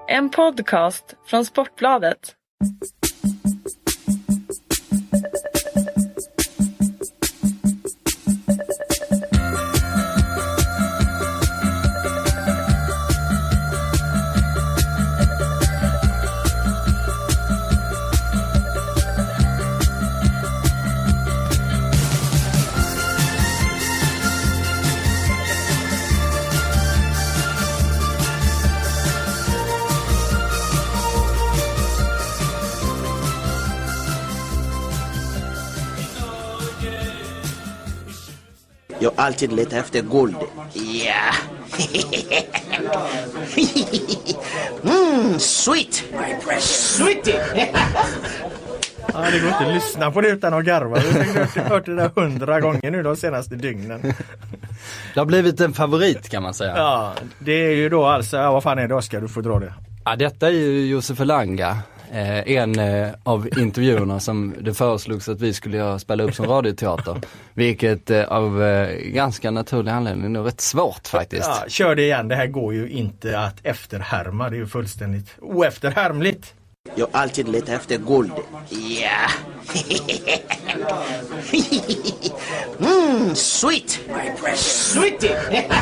En podcast från Sportbladet. Jag har alltid letat efter guld. Ja. Sweet. My precious sweetie. Ja, det går inte att lyssna på det utan att garva. Jag har hört det där 100 gånger nu de senaste dygnen. Det har blivit en favorit kan man säga. Ja, det är ju då alltså, vad fan är det, Oskar? Du får dra det. Ja, detta är ju Josef Elanga. En av intervjuerna som det föreslogs att vi skulle spela upp som radioteater. Vilket av ganska naturlig anledning är rätt svårt faktiskt. Ja, kör det igen. Det här går ju inte att efterhärma. Det är ju fullständigt oefterhärmligt. Jag har alltid letat efter guld. Ja. Sweet. My precious sweetie.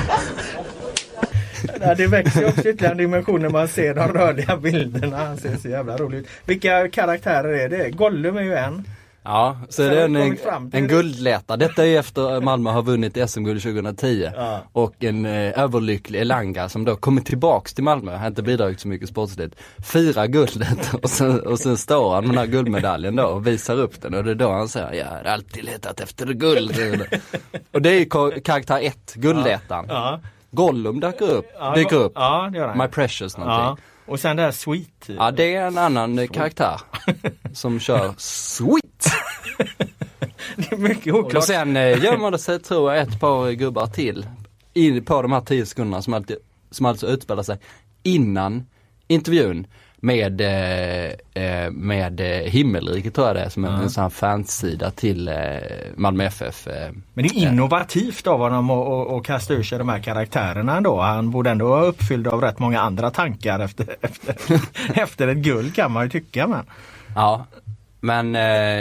Ja, det växer ju också ytterligare dimensioner man ser de rörliga bilderna. Han ser så jävla roligt ut. Vilka karaktärer är det? Gollum är ju en. Ja, så det är en guldläta. Detta är efter Malmö har vunnit SM-guld 2010. Ja. Och en överlycklig Elanga som då kommer tillbaks till Malmö. Han har inte bidragit så mycket sportsligt. 4 guldet och sen står han med den här guldmedaljen då och visar upp den. Och det är då han säger, jag har alltid letat efter guld. Och det är karaktär 1, guldlätan. Ja. Gollum dyker upp. Ja, det gör han. My Precious någonting. Ja. Och sen det här Sweet. Ja, det är en annan karaktär som kör Sweet. Det är mycket oklart. Och sen gör man det sig, tror jag, ett par gubbar till in på de här 10 sekunderna som alltså utspelar sig innan intervjun med Himmelriket, tror jag det är, som en sån här fansida till Malmö FF. Men det är innovativt av honom att kasta ur sig de här karaktärerna ändå. Han borde ändå vara uppfylld av rätt många andra tankar efter ett guld, kan man ju tycka. Men. Ja, men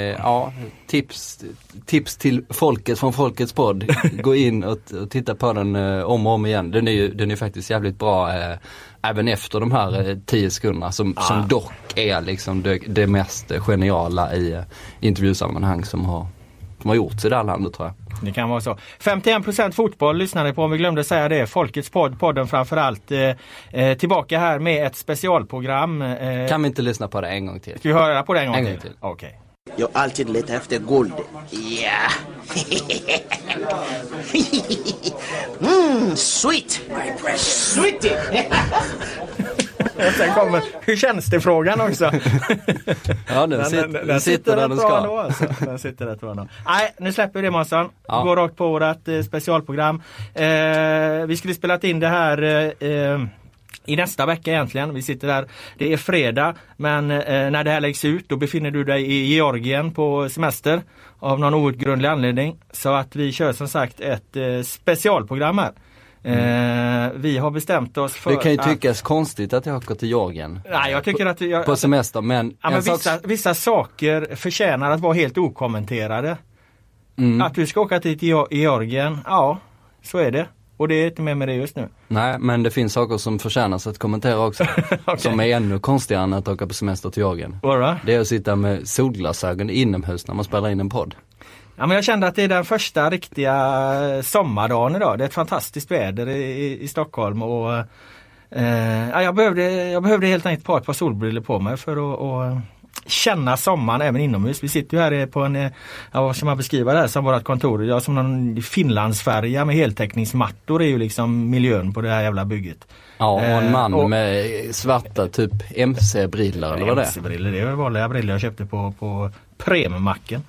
tips till folket från Folkets podd. Gå in och titta på den om och om igen. Den är faktiskt jävligt bra även efter de här 10 sekunderna som dock är liksom det mest geniala i intervjusammanhang som har gjorts i det här landet, tror jag. Det kan vara så. 51% fotboll lyssnade på, om vi glömde säga det. Folkets podden framförallt. Tillbaka här med ett specialprogram. Kan vi inte lyssna på det en gång till? Ska vi höra på det en gång till? Okej. Okay. Jag har alltid letat efter guld. Ja. Sweet. My precious sweetie. Och sen kommer, hur känns det frågan också? Ja, den sitter där den ska. Alltså. Den sitter rätt bra. Nej, nu släpper vi det, Månsson. Ja. Går rakt på vårt specialprogram. Vi skulle spelat in det här i nästa vecka egentligen. Vi sitter där, det är fredag, men när det här läggs ut då befinner du dig i Georgien på semester av någon outgrundlig anledning. Så att vi kör som sagt ett specialprogram här. Vi har bestämt oss för. Det kan ju tyckas konstigt att jag åker till Georgien. Nej, jag tycker att på semester, men vissa saker förtjänar att vara helt okommenterade. Att du ska åka till Georgien, ja, så är det. Och det är inte med det just nu. Nej, men det finns saker som förtjänas att kommentera också. Okay. Som är ännu konstigare än att åka på semester till Georgien. Det är att sitta med solglasögon inomhus när man spelar in en podd. Ja, men jag kände att det är den första riktiga sommardagen idag. Det är ett fantastiskt väder i Stockholm. Och jag behövde helt enkelt ett par solbrillor på mig för att känna sommaren även inomhus. Vi sitter ju här på en, vad ska man beskriva det här som vårt kontor? Ja, som någon Finlandsfärja med heltäckningsmattor är ju liksom miljön på det här jävla bygget. Ja, och en man med svarta typ MC-brillor eller vad det är? MC-brillor, det är väl vanliga brillor jag köpte på Premmacken.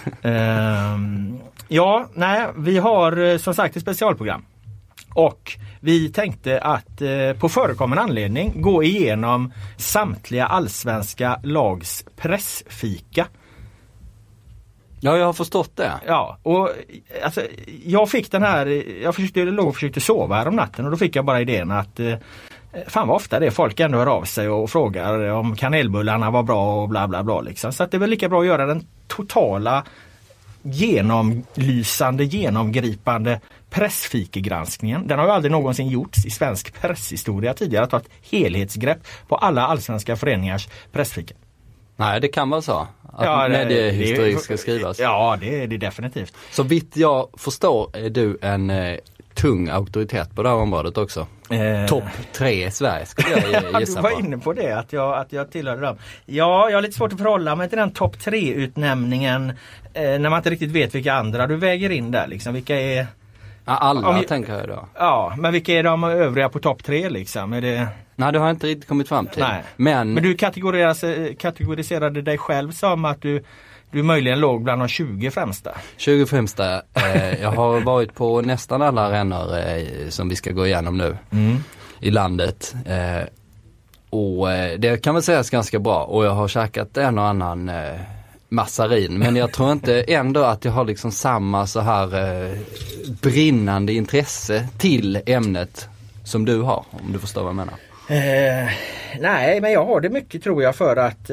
Vi har som sagt ett specialprogram. Och vi tänkte att på förekommande anledning gå igenom samtliga allsvenska lags pressfika. Ja, jag har förstått det. Ja, och alltså, jag försökte sova här om natten och då fick jag bara idén att fan vad ofta det är folk ändå hör av sig och frågar om kanelbullarna var bra och bla bla bla liksom. Så att det är väl lika bra att göra den totala genomgripande pressfikegranskningen. Den har ju aldrig någonsin gjorts i svensk presshistoria tidigare, att ta ett helhetsgrepp på alla allsvenska föreningars pressfika. Nej, det kan vara så. Att mediehistorik ska skrivas. Ja, det är det definitivt. Så vitt jag förstår är du en tung auktoritet på det här området också. Topp 3 i Sverige skulle jag gissa på. Du var inne på det, att jag tillhörde dem. Ja, jag har lite svårt att förhålla mig till den topp 3-utnämningen när man inte riktigt vet vilka andra du väger in där. Liksom. Vilka är... Ja, alla tänker jag då. Ja, men vilka är de övriga på topp 3 liksom? Är det... Nej, det har jag inte riktigt kommit fram till. Nej. Men du kategoriserade dig själv som att du möjligen låg bland de 20 främsta. 20 främsta. Jag har varit på nästan alla arenor som vi ska gå igenom nu i landet. Och det kan väl sägas ganska bra. Och jag har käkat en och annan massarin. Men jag tror inte ändå att jag har liksom samma så här brinnande intresse till ämnet som du har. Om du förstår vad jag menar. Nej, men jag har det mycket tror jag för att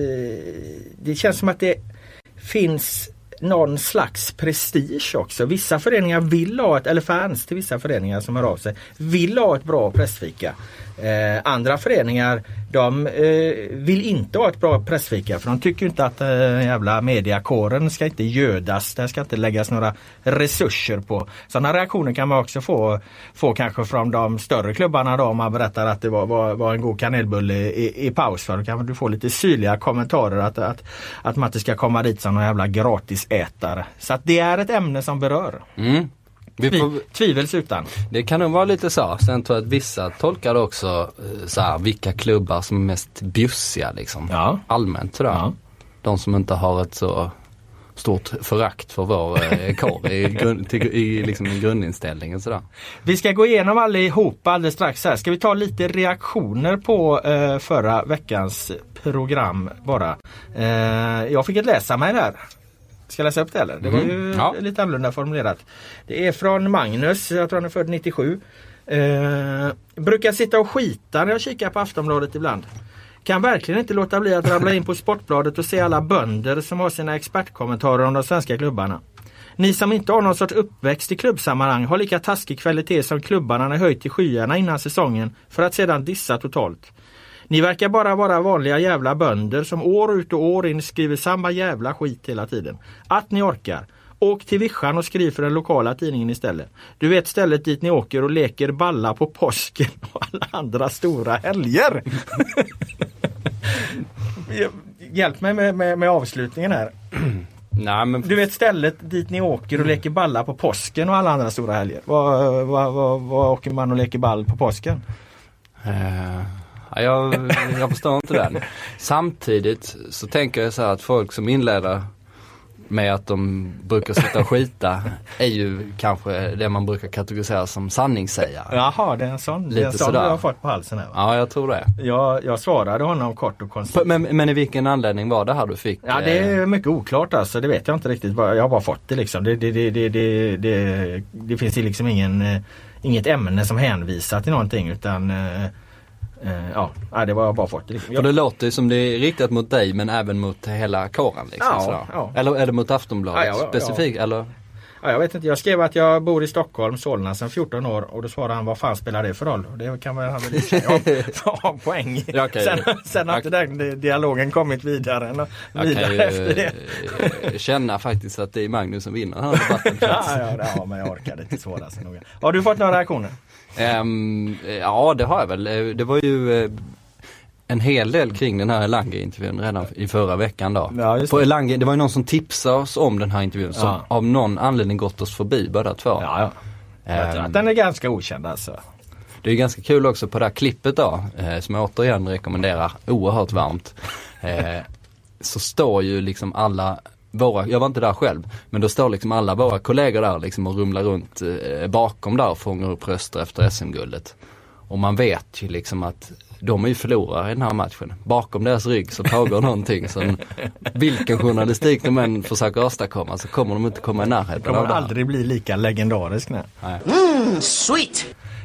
det känns som att det finns någon slags prestige också. Vissa föreningar vill ha eller fans till vissa föreningar som hör av sig vill ha ett bra pressfika. Andra föreningar de vill inte ha ett bra pressfika för de tycker inte att jävla mediakåren ska inte gödas, det ska inte läggas några resurser på. Sådana reaktioner kan man också få kanske från de större klubbarna då, om man berättar att det var en god kanelbulle i paus, för då kan du få lite syrliga kommentarer att man inte ska komma dit som någon jävla gratisätare. Så att det är ett ämne som berör. Tvivelsutan. Det kan nog vara lite så. Sen tror jag att vissa tolkar också så här, vilka klubbar som är mest bjussiga liksom. Ja. Allmänt sådär. Ja. De som inte har ett så stort förakt för vår kår i liksom grundinställningen sådär. Vi ska gå igenom allihopa alldeles strax här. Ska vi ta lite reaktioner på förra veckans program bara. Jag fick ett läsarmail här. Ska jag läsa upp det eller? Det var ju lite annorlunda formulerat. Det är från Magnus, jag tror han är född 97. Brukar sitta och skita när jag kikar på Aftonbladet ibland. Kan verkligen inte låta bli att ramla in på Sportbladet och se alla bönder som har sina expertkommentarer om de svenska klubbarna. Ni som inte har någon sorts uppväxt i klubbsammanhang har lika taskig kvalitet som klubbarna när höjt till skyarna innan säsongen för att sedan dissa totalt. Ni verkar bara vara vanliga jävla bönder som år ut och år in skriver samma jävla skit hela tiden. Att ni orkar. Åk till Vischan och skriv för den lokala tidningen istället. Du vet stället dit ni åker och leker balla på påsken och alla andra stora helger. Hjälp mig med avslutningen här. Nej, men... Du vet stället dit ni åker och leker balla på påsken och alla andra stora helger. Vad åker man och leker ball på påsken? Jag förstår inte den. Samtidigt så tänker jag så här att folk som inleder med att de brukar sitta och skita är ju kanske det man brukar kategorisera som sanningssägare. Jaha, det är en sån du har fått på halsen här, va? Ja, jag tror det. Jag svarade honom kort och koncist. Men i vilken anledning var det här du fick? Ja, det är mycket oklart alltså, det vet jag inte riktigt. Jag har bara fått det liksom. Det finns ju liksom inget ämne som hänvisar till någonting utan... det var jag bara fått. För det låter ju som det är riktat mot dig men även mot hela kåren liksom, ja. Eller är det mot Aftonbladet specifikt? Ja. Eller? Ja, jag vet inte, jag skrev att jag bor i Stockholm, Solna sedan 14 år och då svarade han, vad fan spelar det för roll? Det kan man väl ha poäng. Okay. Sen har inte den dialogen kommit vidare efter det. Jag känner faktiskt att det är Magnus som vinner den här debatten. Ja, men jag orkade inte svara så noga. Har du fått några reaktioner? Ja, det har jag väl. Det var ju en hel del kring den här Elanga-intervjun redan i förra veckan då. Ja, på Elanga, det var ju någon som tipsade oss om den här intervjun som av någon anledning gått oss förbi båda två. Ja. Den är ganska okänd alltså. Det är ganska kul också på det här klippet då, som jag återigen rekommenderar oerhört varmt. Så står ju liksom alla jag var inte där själv, men då står liksom alla våra kollegor där liksom och rumlar runt bakom där och fångar upp röster efter SM-guldet. Och man vet ju liksom att de är ju förlorare i den här matchen. Bakom deras rygg så pågår någonting som vilken journalistik de än försöker åstadkomma så kommer de inte komma i närheten. De kommer aldrig bli lika legendarisk. Sweet!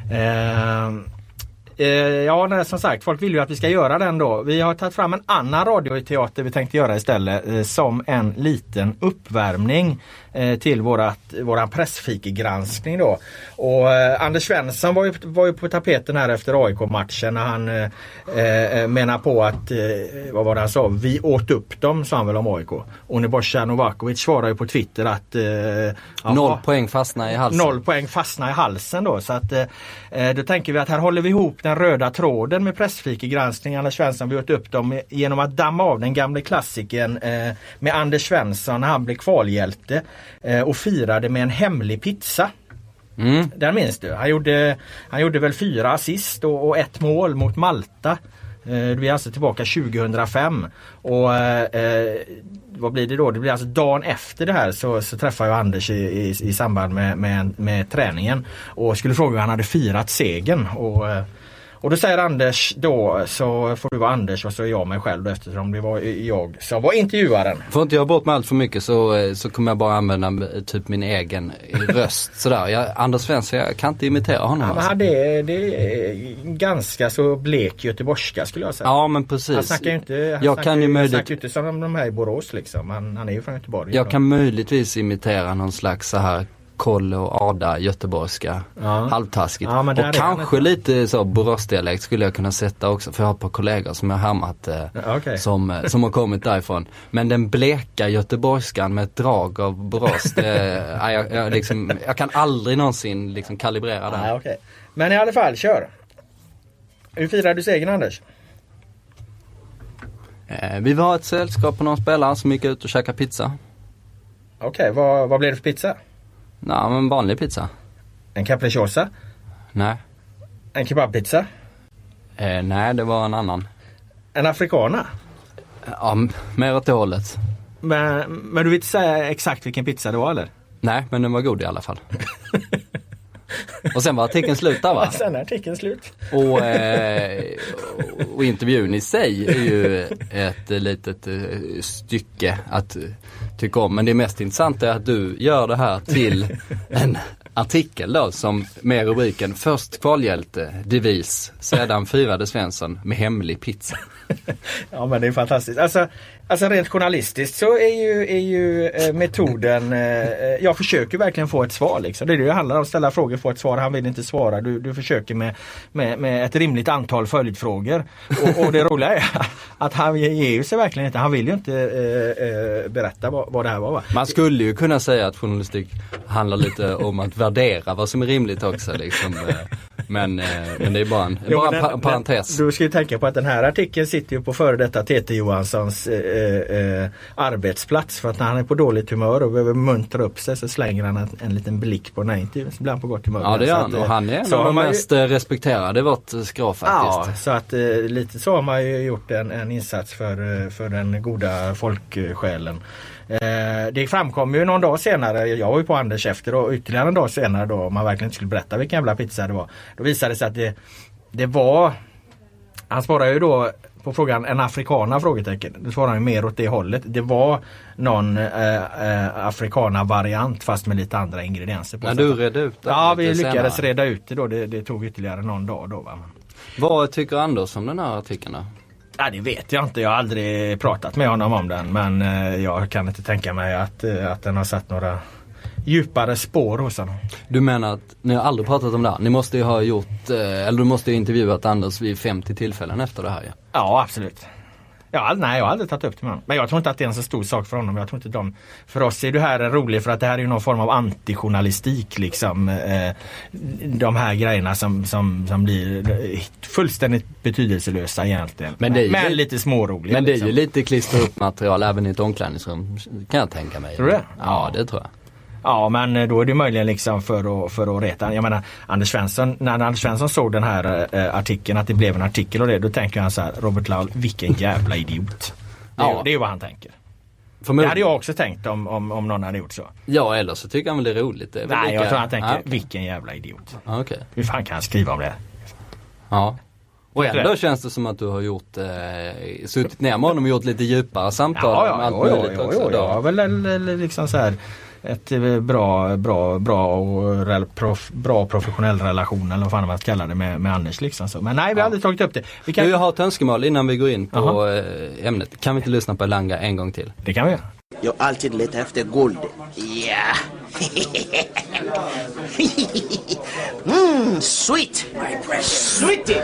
Ja, som sagt, folk vill ju att vi ska göra den då. Vi har tagit fram en annan radioteater vi tänkte göra istället som en liten uppvärmning till våran pressfikegranskning då. Och Anders Svensson var ju på tapeten här efter AIK-matchen när han menar på att, vad var det han sa? Vi åt upp dem, sa han väl om AIK. Och Nebojsa Novakovic svarar ju på Twitter att 0 poäng fastnar i halsen. 0 poäng fastnar i halsen då. Så att då tänker vi att här håller vi ihop den röda tråden med pressfikegranskning. Anders Svensson vi åt upp dem genom att damma av den gamla klassiken med Anders Svensson när han blev kvalhjälte och firade med en hemlig pizza. Där minns du. Han gjorde väl 4 assist och 1 mål mot Malta. Vi är alltså tillbaka 2005 och vad blir det då? Det blir alltså dagen efter det här så träffar jag Anders i samband med träningen och skulle fråga hur han hade firat segern och då säger Anders då så får du vara Anders och så är jag mig själv då, eftersom det var jag som var intervjuaren. Får inte jag bort med allt för mycket så kommer jag bara använda typ min egen röst sådär. Anders Svensson, jag kan inte imitera honom. Ja, men det är ganska så blek göteborgska skulle jag säga. Ja men precis. Han snackar ju inte, snackar inte som de här i Borås liksom. Han är ju från Göteborg. Jag kan möjligtvis imitera någon slags så här Kolle och Ada göteborgska halvtaskigt. Ja, och kanske lite så boråsdialekt skulle jag kunna sätta också för jag har ett par kollegor som jag har härmat som har kommit därifrån. Men den bleka göteborgskan med ett drag av Borås jag kan aldrig någonsin liksom kalibrera den. Okay. Men i alla fall, kör. Hur firar du segern, Anders? Vi var ett sällskap på någon spelare som gick ut och käkade pizza. Okej, vad blev det för pizza? Nej, men vanlig pizza. En capricciosa? Nej. En kebabpizza? Nej, det var en annan. En africana? Ja, mer åt det hållet. Men du vill inte säga exakt vilken pizza det var, eller? Nej, men den var god i alla fall. Och sen var artikeln slut där, va? Sen är artikeln slut. Och intervjun i sig är ju ett litet stycke att tycka om. Men det mest intressanta är att du gör det här till en artikel då som med rubriken Först kvalhjälte, devis, sedan firade Svensson med hemlig pizza. Ja, men det är fantastiskt. Alltså rent journalistiskt så är ju metoden, jag försöker verkligen få ett svar liksom. Det är det handlar om, ställa frågor, få ett svar, han vill inte svara. Du försöker med ett rimligt antal följdfrågor. Och det roliga är att han ger ju sig verkligen inte, han vill ju inte berätta vad det här var, va? Man skulle ju kunna säga att journalistik handlar lite om att värdera vad som är rimligt också liksom. Men det är bara en parentes. Du ska ju tänka på att den här artikeln sitter ju på före detta TT Johanssons arbetsplats, för att när han är på dåligt humör och behöver muntra upp sig så slänger han en liten blick på den här intervjun, så blir han på gott humör. Ja, det är han, och han är en av de mest respekterade i vårt skrå faktiskt. Ja, så att lite så har man ju gjort en insats för den goda folksjälen. Det framkom ju någon dag senare, jag var ju på Anders efter och ytterligare en dag senare då, om man verkligen inte skulle berätta vilken jävla pizza det var. Då visade det sig att det var, han svarade ju då på frågan en afrikana frågetecken. Då svarade han ju mer åt det hållet. Det var någon afrikana variant fast med lite andra ingredienser på. Men du redde ut det? Ja, vi lyckades reda ut det då. Det tog ytterligare någon dag då, va? Vad tycker Anders om den här artikeln då? Ja, det vet jag inte. Jag har aldrig pratat med honom om den. Men jag kan inte tänka mig att den har satt några djupare spår hos honom. Du menar att ni har aldrig pratat om det här? Ni måste ju ha gjort, eller du måste ju intervjuat Anders vid 50 tillfällen efter det här. Ja, absolut. Nej, jag har aldrig tagit upp det med honom. Men jag tror inte att det är en så stor sak för honom. Jag tror inte för oss är det här roligt för att det här är ju någon form av antijournalistik liksom. De här grejerna som blir fullständigt betydelselösa egentligen. Men lite småroliga. Men det är ju lite klister upp material även i ett omklädningsrum, kan jag tänka mig. Tror du det? Ja, det tror jag. Ja, men då är det möjligen liksom för att reta. Jag menar, när Anders Svensson såg den här artikeln, att det blev en artikel och det, då tänker han så här: Robert Laul, vilken jävla idiot. Det är vad han tänker. Det hade jag också tänkt om någon hade gjort så. Ja, eller så tycker han väl det är roligt. Nej, jag tror han tänker, vilken jävla idiot. Okay. Hur fan kan han skriva om det? Ja. Och ändå känns det som att du har gjort suttit ner med honom och gjort lite djupare samtal om allt möjligt också. Ja, väl liksom så här ett bra professionell relation eller vad fan man ska kalla det med Anders liksom så. Men nej, vi har aldrig tagit upp det. Jag har ett önskemål innan vi går in på ämnet. Kan vi inte lyssna på Elanga en gång till? Det kan vi göra. Jag alltid letar efter guld. Ja. Sweet. Sweetie.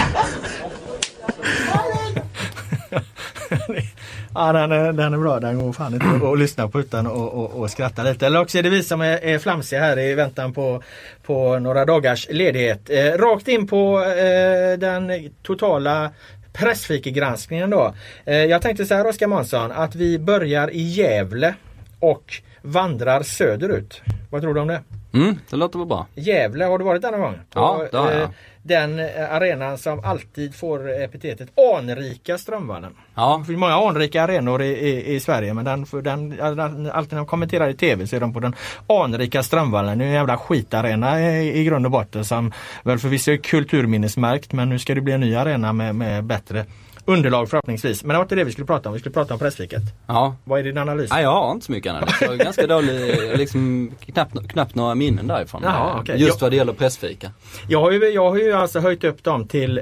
Ja, den är bra. Den går fan inte att lyssna på utan och skratta lite. Eller också är det vi som är flamsiga här i väntan på några dagars ledighet. Rakt in på den totala pressfikegranskningen då. Jag tänkte så här, Oskar Månsson, att vi börjar i Gävle och vandrar söderut. Vad tror du om det? Det låter väl bra. Gävle, har du varit där någon gång? Ja, det har jag. Den arenan som alltid får epitetet anrika Strömvallen. Ja. Det finns många anrika arenor i Sverige, men alltid när de kommenterar i tv så är de på den anrika Strömvallen. Det är en jävla skitarena i grund och botten som väl förvisso är kulturminnesmärkt, men nu ska det bli en ny arena med bättre underlag förhoppningsvis. Men det var inte det vi skulle prata om. Vi skulle prata om pressfiket. Ja. Vad är din analys? Ja, jag har inte så mycket analys. Jag är ganska dålig, liksom knappt några minnen därifrån. Jaha, okay. Just vad det gäller pressfika. Jag har ju alltså höjt upp dem till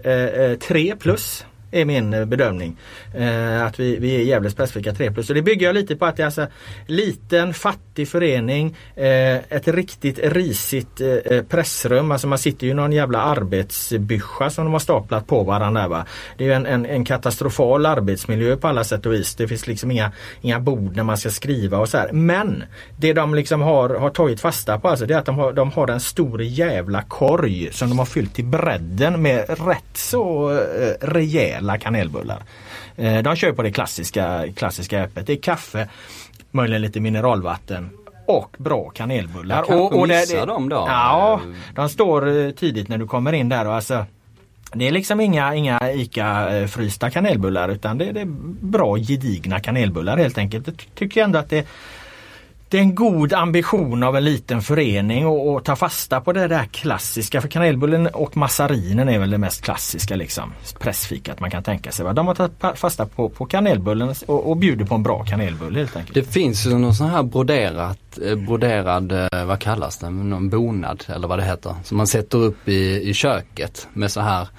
3+ är min bedömning. Att vi är Gävles pressfika 3+. Och det bygger jag lite på att det är alltså liten, fattig förening, ett riktigt risigt pressrum. Alltså man sitter ju i någon jävla arbetsbyscha som de har staplat på varandra. Va? Det är ju en katastrofal arbetsmiljö på alla sätt och vis. Det finns liksom inga bord när man ska skriva och så här. Men det de liksom har tagit fasta på alltså, det är att de har en stor jävla korg som de har fyllt till bredden med rätt så rejäl kanelbullar. De kör på det klassiska öppet. Det är kaffe, möjligen lite mineralvatten och bra kanelbullar. Jag kanske missar dem då. Ja, de står tidigt när du kommer in där och alltså det är liksom inga ICA-frysta kanelbullar utan det är bra gedigna kanelbullar helt enkelt. Jag tycker ändå att det är en god ambition av en liten förening och ta fasta på det där klassiska. För kanelbullen och massarinen är väl det mest klassiska liksom, pressfikat man kan tänka sig. De har tagit fasta på kanelbullen och bjuder på en bra kanelbulle helt enkelt. Det finns ju någon sån här broderad, vad kallas det? Någon bonad eller vad det heter. Som man sätter upp i köket med så här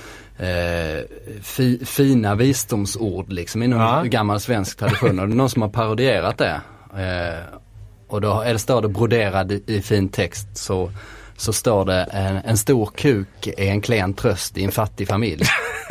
fina visdomsord liksom inom gammal svensk tradition. Och det är någon som har parodierat det. Och då står det broderad i fin text så står det en stor kuk är en klen tröst i en fattig familj.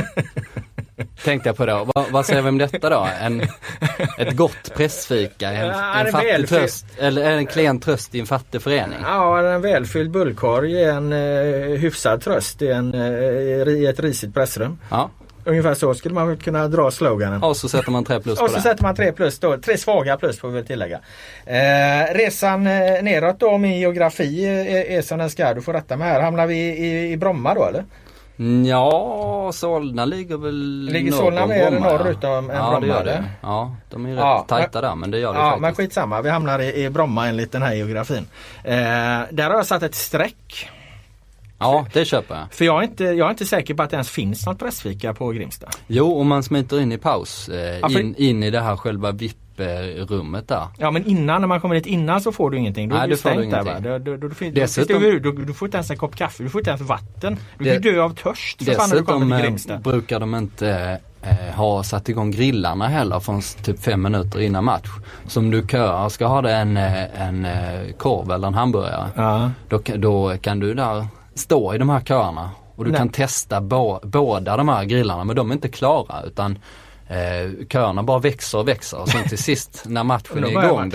Tänkte jag på då. Vad säger vi om detta då? Ett gott pressfika, en fattig tröst eller en klen tröst i en fattig förening? Ja, en välfylld bullkorg är en hyfsad tröst i ett risigt pressrum. Ja. Ungefär så skulle man kunna dra sloganen. Och så sätter man 3+ på det. Och så sätter man 3+ då. 3 svaga plus får vi väl tillägga. Resan neråt då med geografi är som den ska. Du får rätta mig här. Hamnar vi i Bromma då eller? Ja, Solna ligger väl Ligger Solna mer norrut än Bromma? Det gör det. Ja, de är rätt tajta där, men det gör det faktiskt. Men skitsamma. Vi hamnar i Bromma enligt den här geografin. Där har jag satt ett streck. Ja, det köper jag. För jag är inte säker på att det ens finns något pressfika på Grimsta. Jo, om man smiter in i paus. In i det här själva VIP-rummet där. Ja, men när man kommer dit innan så får du ingenting. Då är du stängt där va? Du får inte ens en kopp kaffe, du får inte ens vatten. Du blir dö av törst för fan när du kommer till Grimsta. Brukar de inte ha satt igång grillarna heller från typ 5 minuter innan match. Som du ska ha det en korv eller en hamburgare. Ja. Då kan du där stå i de här köerna och du kan testa båda de här grillarna, men de är inte klara utan köerna bara växer och sen till sist när matchen är igång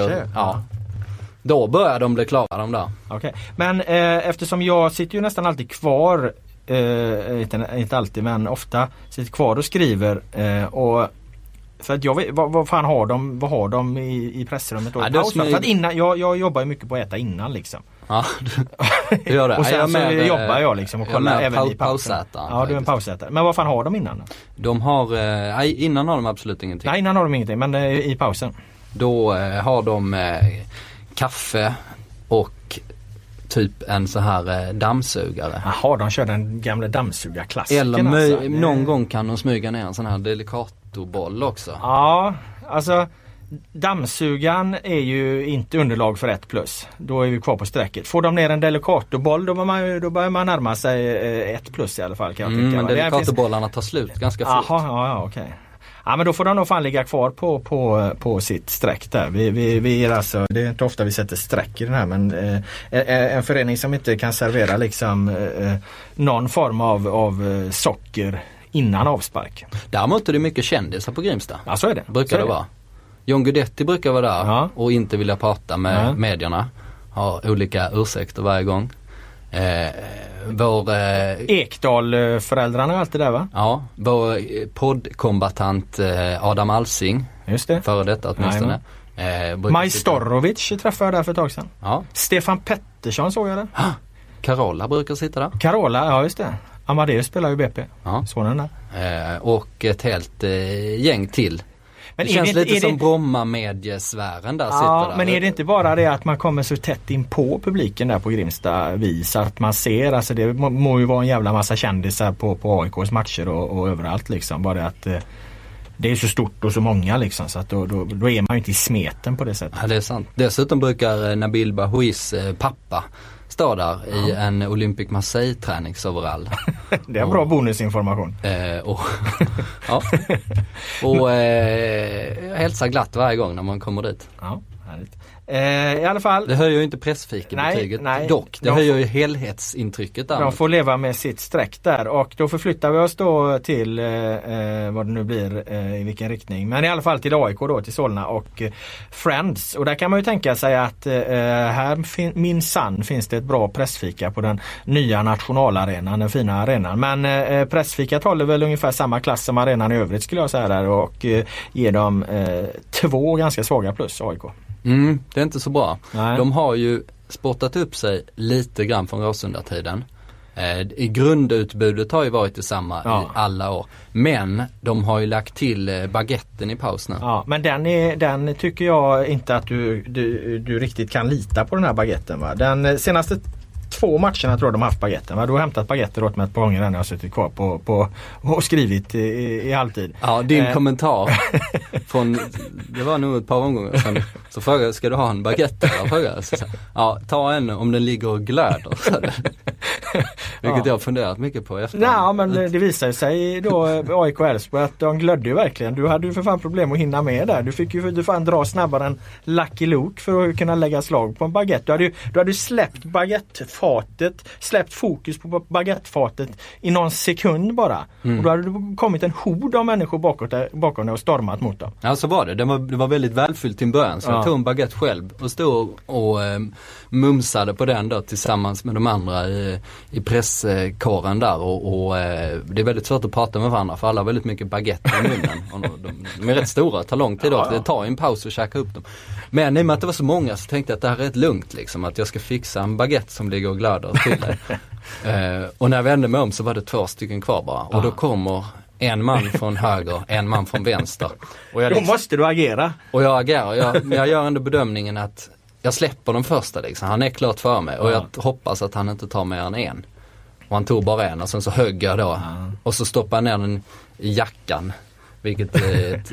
då börjar de bli klara de där. Okay. Men eftersom jag sitter ju nästan alltid kvar inte alltid men ofta sitter kvar och skriver och för att jag vet, vad har de i pressrummet då? För att innan, jag jobbar ju mycket på att äta innan liksom. Ja, du gör det. Och sen så jobbar jag liksom och kollar även i pausen. Ja, du är en pausätare. Men vad fan har de innan? De har, innan har de absolut ingenting. Nej, innan har de ingenting, men i pausen. Då har de kaffe och typ en så här dammsugare. Jaha, de kör den gamla dammsugarklassiken. Eller någon gång kan de smyga ner en sån här Delicato-boll också. Ja, alltså dammsugan är ju inte underlag för 1+. Då är vi kvar på strecket. Får de ner en Delicato-boll då börjar man närma sig 1+ i alla fall, kan jag tycka. Men Delicato-bollarna tar slut ganska fort. Jaha, okej. Ja, men då får de nog fan ligga kvar på sitt streck där. Vi är alltså, det är inte ofta vi sätter streck i den här, men en förening som inte kan servera liksom någon form av socker innan avspark. Däremot är det mycket kändisar på Grimsta. Ja, så är det. Brukar det vara. John Guidetti brukar vara där och inte vilja prata med medierna. Har olika ursäkter varje gång. Ekdal-föräldrarna är alltid där, va? Ja, vår poddkombatant Adam Alsing. Just det. Före detta åtminstone. Majstorovic träffade jag där för ett tag sedan. Ja. Stefan Pettersson såg jag där. Carola brukar sitta där. Carola, ja just det. Amadeus spelar ju BP. Ja. Såg den där. Och ett helt gäng till. Men det känns lite som Bromma-mediesfären där sitter där. Men är det inte bara det att man kommer så tätt in på publiken där på Grimsta vis att man ser, alltså det må ju vara en jävla massa kändisar på AIKs matcher och överallt liksom. Bara att det är så stort och så många liksom, så att då är man ju inte i smeten på det sättet. Ja, det är sant. Dessutom brukar Nabil Bahouis pappa stå där i en Olympic Marseille-träningsoverall. Det är en bra bonusinformation. Och hälsar glatt varje gång när man kommer dit. Ja, härligt. I alla fall. Det höjer ju inte pressfika-betyget dock. Det höjer ju helhetsintrycket där. De får leva med sitt streck där och då förflyttar vi oss då till vad det nu blir i vilken riktning. Men i alla fall till AIK då, till Solna och Friends. Och där kan man ju tänka sig att här minsann finns det ett bra pressfika på den nya nationalarenan, den fina arenan. Men pressfikat håller väl ungefär samma klass som arenan i övrigt skulle jag säga där och ger dem 2 ganska svaga plus AIK. Det är inte så bra. Nej. De har ju spottat upp sig lite grann från Råsunda-tiden. I grundutbudet har ju varit detsamma i alla år. Men de har ju lagt till baguetten i pausen. Ja, men den tycker jag inte att du riktigt kan lita på den här baguetten, va? Den senaste 2 matcherna tror jag de har haft baguetten, va? Du har hämtat baguetter åt mig ett par gånger när jag har suttit kvar på och skrivit i halvtid. Ja, din kommentar från, det var nog ett par omgångar sedan, så frågade jag, ska du ha en baguette? Ja, ta en om den ligger och glöder. Vilket jag har funderat mycket på efter. Nej, men det visar sig då AIK Elfsborg att de glödde ju verkligen. Du hade ju för fan problem att hinna med där. Du fick ju för fan dra snabbare än Lucky Luke för att kunna lägga slag på en baguette. Du hade släppt baguettefatet, släppt fokus på baguettefatet i någon sekund bara. Och då hade det kommit en hord av människor bakom dig och stormat mot dem. Ja, så var det. Det var väldigt välfyllt till början. Så jag tog en baguette själv och stod och mumsade på den då tillsammans med de andra i presskåren där och det är väldigt svårt att prata med varandra för alla har väldigt mycket baguette i munnen. Och de är rätt stora, tar lång tid också. Det tar en paus att käka upp dem. Men i och med att det var så många så tänkte jag att det här är rätt lugnt liksom, att jag ska fixa en baguette som ligger och glöder till dig. Och när jag vände mig om så var det 2 stycken kvar bara. Och då kommer en man från höger, en man från vänster. Och då måste du agera. Och jag agerar. Jag gör ändå bedömningen att jag släpper den första liksom. Han är klart för mig. Och jag hoppas att han inte tar mer än en. Och han tog bara en och sen så högg jag då. Och så stoppade jag ner den i jackan. Vilket är ett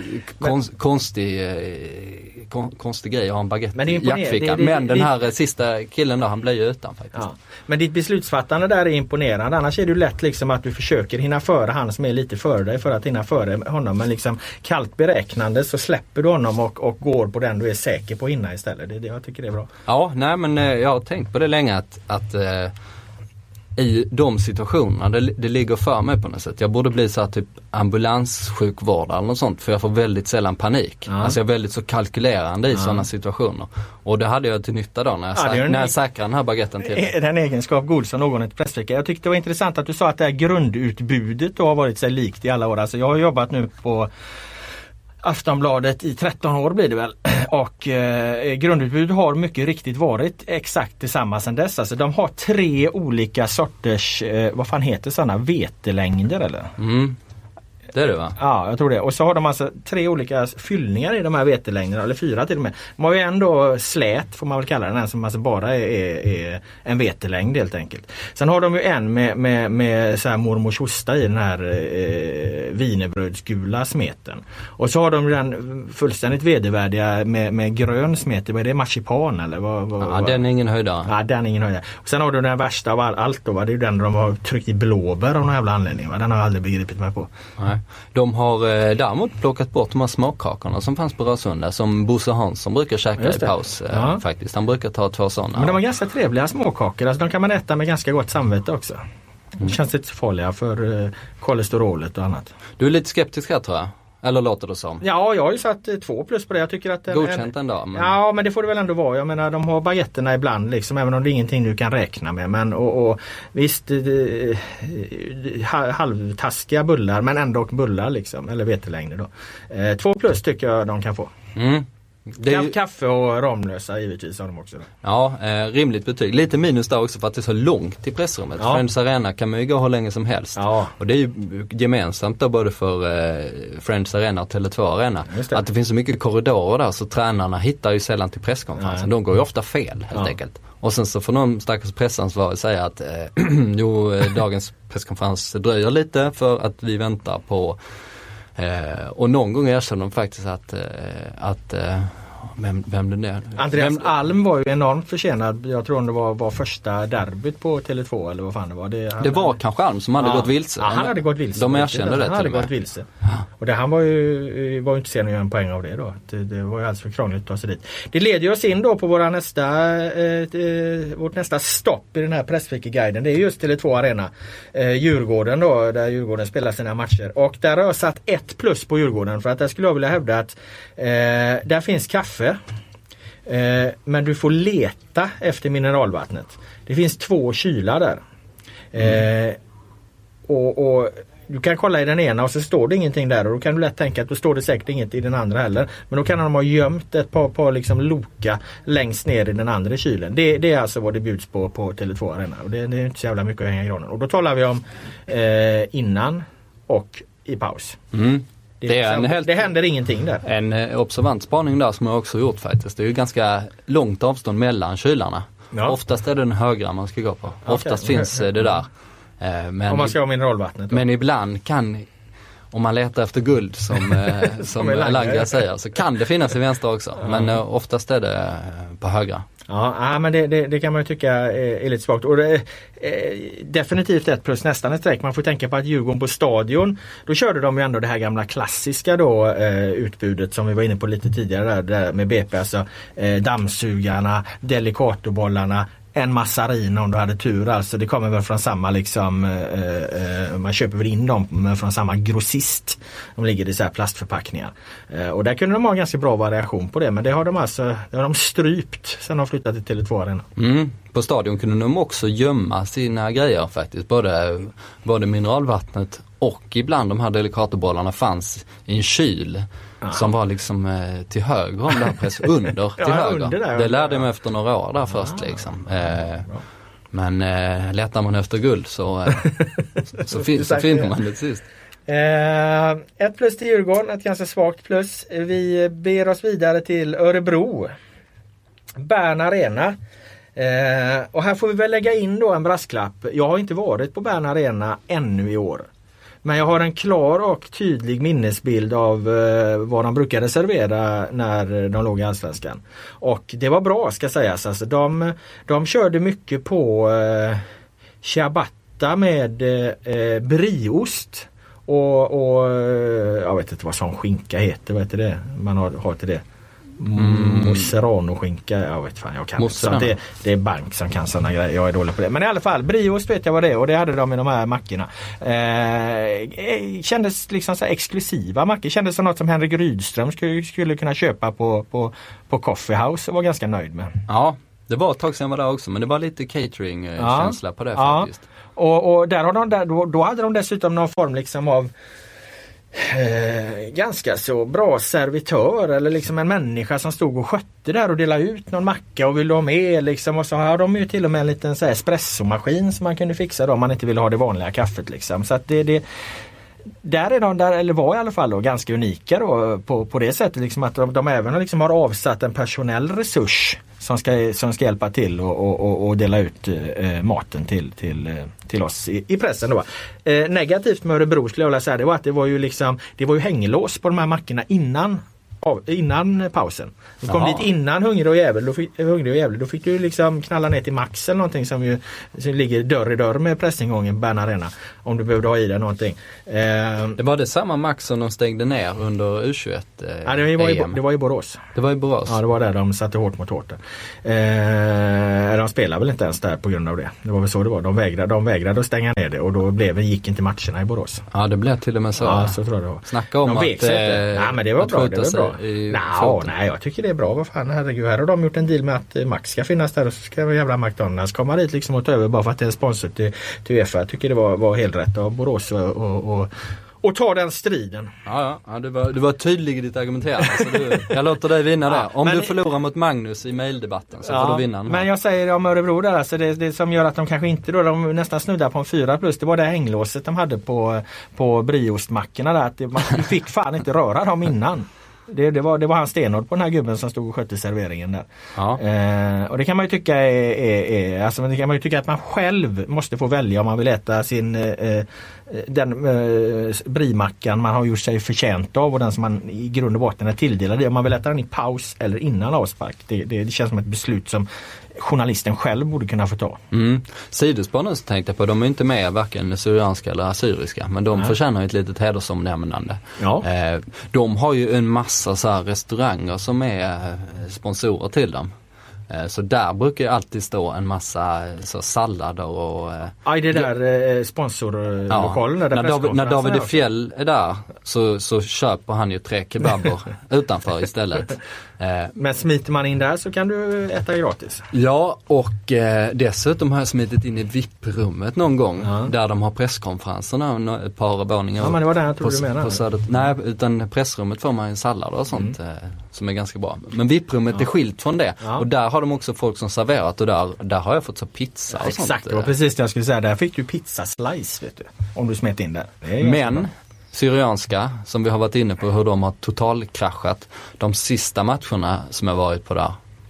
konstig grej att ha en baguette i jackfickan. Men den här sista killen då, han blev ju utan faktiskt. Ja. Men ditt beslutsfattande där är imponerande. Annars är det lätt liksom att du försöker hinna före han som är lite före dig för att hinna före honom. Men liksom kallt beräknande så släpper du honom och går på den du är säker på att hinna istället. Jag tycker det är bra. Ja, nej men jag har tänkt på det länge att i de situationerna det ligger för mig på något sätt. Jag borde bli så här typ ambulanssjukvårdare eller något sånt för jag får väldigt sällan panik. Alltså jag är väldigt så kalkylerande i sådana situationer. Och det hade jag till nytta då när jag säkrar den här baguetten till. Den egenskap god som någon ett pressfika. Jag tyckte det var intressant att du sa att det här grundutbudet då har varit sig likt i alla år. Alltså jag har jobbat nu på Aftonbladet i 13 år blir det väl. Och grundutbud har mycket riktigt varit exakt detsamma sedan dess. Alltså de har 3 olika sorters, vad fan heter sådana, vetelängder eller? Det är det, va? Ja, jag tror det. Och så har de alltså 3 olika fyllningar i de här vetelängderna, eller 4 till och med. De har ju ändå slät, får man väl kalla den, som alltså bara är en vetelängd helt enkelt. Sen har de ju en med så här mormors hosta i den här wienerbrödsgula smeten. Och så har de den fullständigt vedervärdiga med grön smet. Vad är det? Marsipan eller? Den är ingen höjdare. Ja, den är ingen höjdare. Och sen har du den värsta av allt då, va? Det är ju den de har tryckt i blåbär av någon jävla anledning, va? Den har jag aldrig begripit mig på. Nej. De har däremot plockat bort de här småkakorna som fanns på Rösunda, som Bosse Hansson brukar käka i paus faktiskt. Han brukar ta 2 sådana. Men de var ganska trevliga småkakor. Alltså, de kan man äta med ganska gott samvete också. Det känns lite farliga för kolesterolet och annat. Du är lite skeptisk här, tror jag. Eller låter det som? Ja, jag har ju satt 2+ på det. Jag tycker att godkänt ändå. Men... Ja, men det får det väl ändå vara. Jag menar, de har baguetterna ibland liksom, även om det är ingenting du kan räkna med. Men och visst, halvtaskiga bullar, men ändå bullar liksom, eller vetelängder då. 2+ tycker jag de kan få. Kaffe och Ramlösa givetvis har de också. Ja, rimligt betyg. Lite minus där också för att det är så långt till pressrummet. Friends Arena kan man ju gå hur länge som helst. Ja. Och det är ju gemensamt då både för Friends Arena och Tele2 Arena. Att det finns så mycket korridorer där, så tränarna hittar ju sällan till presskonferensen. De går ju ofta fel helt enkelt. Och sen så får någon stackars pressansvarig säga att dagens presskonferens dröjer lite för att vi väntar på och någon gång erkänner de faktiskt att vem det är. Andreas Alm var ju enormt försenad. Jag tror det var första derbyt på Tele2 eller vad fan det var. Det var kanske Alm som hade gått vilse. Ja, han hade gått vilse. De erkände det. Han hade gått vilse. Och han var ju inte sen att göra en poäng av det då. Det var ju alldeles för krångligt att ta sig dit. Det leder oss in då på vårt nästa stopp i den här pressfikeguiden. Det är just Tele2 Arena. Djurgården då, där Djurgården spelar sina matcher. Och där har jag satt 1+ på Djurgården, för att där skulle jag vilja hävda att där finns kaffe. Men du får leta efter mineralvattnet. Det finns 2 kylar där. Och du kan kolla i den ena och så står det ingenting där, och då kan du lätt tänka att då står det säkert inget i den andra heller. Men då kan de ha gömt ett par liksom loka längst ner i den andra kylen. Det är alltså vad det bjuds på Tele2 Arena. Och det är inte så jävla mycket att hänga i granen. Och då talar vi om innan och i paus. Det händer ingenting där. En observant spaning där som jag också gjort faktiskt. Det är ju ganska långt avstånd mellan kylarna. Ja. Oftast är det den högra man ska gå på. Okay. Oftast finns det där. Men, om man ska ha mineralvattnet då. Men ibland kan, om man letar efter guld som Langra säger, så kan det finnas i vänster också. Men oftast är det på högra. Ja, men det kan man ju tycka är lite svagt. Och det definitivt 1+ nästan ett streck. Man får tänka på att Djurgården på stadion, då körde de ju ändå det här gamla klassiska då, utbudet som vi var inne på lite tidigare där med BP. Alltså dammsugarna, delicatobollarna, en massarin om du hade tur. Alltså det kommer väl från samma liksom, man köper väl in dem från samma grossist. De ligger i så här plastförpackningar. Och där kunde de ha ganska bra variation på det. Men det har de strypt sen de flyttat till Tele2 Arena. På stadion kunde de också gömma sina grejer faktiskt. Både mineralvattnet och ibland de här delicatobollarna fanns i en kyl. Som var liksom till höger om det här press under till höger. Det lärde mig efter några år där först liksom. Men letar man efter guld så finner man det sist. 1+ till Djurgården, ett ganska svagt plus. Vi ber oss vidare till Örebro. Bern Arena. Och här får vi väl lägga in då en brasklapp. Jag har inte varit på Bern Arena ännu i år. Men jag har en klar och tydlig minnesbild av vad de brukade servera när de låg i Allsvenskan. Och det var bra, ska sägas. Alltså, de körde mycket på ciabatta med brieost. Och jag vet inte vad sån skinka heter. Vad heter det? Man har till det. Serrano-skinka, jag vet fan, jag kan inte. Det är bank som kan sådana grejer, jag är dålig på det. Men i alla fall, briost vet jag vad det är, och det hade de i de här mackorna. Kändes liksom så exklusiva mackor, kändes som något som Henrik Rydström skulle kunna köpa på Coffee House och var ganska nöjd med. Ja, det var ett tag sedan var där också, men det var lite catering-känsla på det faktiskt. Och där har då hade de dessutom någon form liksom av ganska så bra servitör eller liksom en människa som stod och skötte där och delade ut någon macka och ville ha med liksom, och så har de ju till och med en liten så här espressomaskin som man kunde fixa då om man inte ville ha det vanliga kaffet liksom. Så att där är de där, eller var i alla fall då, ganska unika då, på det sättet liksom att de även liksom har avsatt en personell resurs som ska hjälpa till och dela ut maten till oss i pressen då. Negativt med Örebro skulle jag vilja säga, det var att det var ju hänglås på de här mackorna innan pausen. Du kom dit innan Hungrig och jävel, då fick du liksom knalla ner till Max eller någonting som ligger dörr i dörr med pressingången Bern Arena om du behövde ha i dig någonting. Det var det samma Max som de stängde ner under U21 ja, det var i Borås. Det var i Borås? Ja, det var där de satte hårt mot hårt. De spelade väl inte ens där på grund av det. Det var väl så det var. De vägrade att stänga ner det och då gick inte matcherna i Borås. Ja, det blev till och med så. Ja, så tror jag det var. Snacka om nej, men det var bra. Nej, jag tycker det är bra. Vad fan, herregud, här har de gjort en deal med att Max ska finnas där och så ska jävla McDonalds komma dit liksom och ta över bara för att det är sponsor till UEFA. Jag tycker det var helt rätt av Borås och ta den striden. Ja, du var tydlig i ditt argumenterande. Jag låter dig vinna där. Om du förlorar mot Magnus i mejldebatten så får du vinna. Men jag säger om Örebro där, alltså det som gör att de kanske inte då, de nästan snuddar på en 4+, det var det hänglåset de hade på briostmackorna där, att man fick fan inte röra dem innan. Det var han stenhård på den här gubben som stod och skötte serveringen där. Ja. Och det kan man ju tycka alltså det kan man ju tycka att man själv måste få välja om man vill äta sin den brimackan man har gjort sig förtjänt av och den som man i grund och botten är tilldelad i. Om man vill äta den i paus eller innan avspark. Det känns som ett beslut som journalisten själv borde kunna få ta. Sidospåren så tänkte jag på, de är inte med varken syrianska eller assyriska, men de förtjänar ett litet hedersomnämnande. Ja. De har ju en massa så här restauranger som är sponsorer till dem. Så där brukar alltid stå en massa så sallader och... Ja, det där sponsorlokalen. Ja, när David Fjäll är där så köper han ju 3 kebaber utanför istället. Men smiter man in där så kan du äta gratis. Ja, och dessutom har jag smitit in i VIP-rummet någon gång där de har presskonferenserna ett par våningar. Ja, men det var det jag trodde du menade. Nej, utan pressrummet får man en sallad och sånt som är ganska bra. Men VIP-rummet är skilt från det. Ja. Och där har de också folk som serverat och där har jag fått så pizza och sånt. Exakt, det var precis det jag skulle säga. Där fick du pizza-slice, vet du. Om du smet in där. Men syrianska, som vi har varit inne på hur de har totalkraschat de sista matcherna som har varit på där.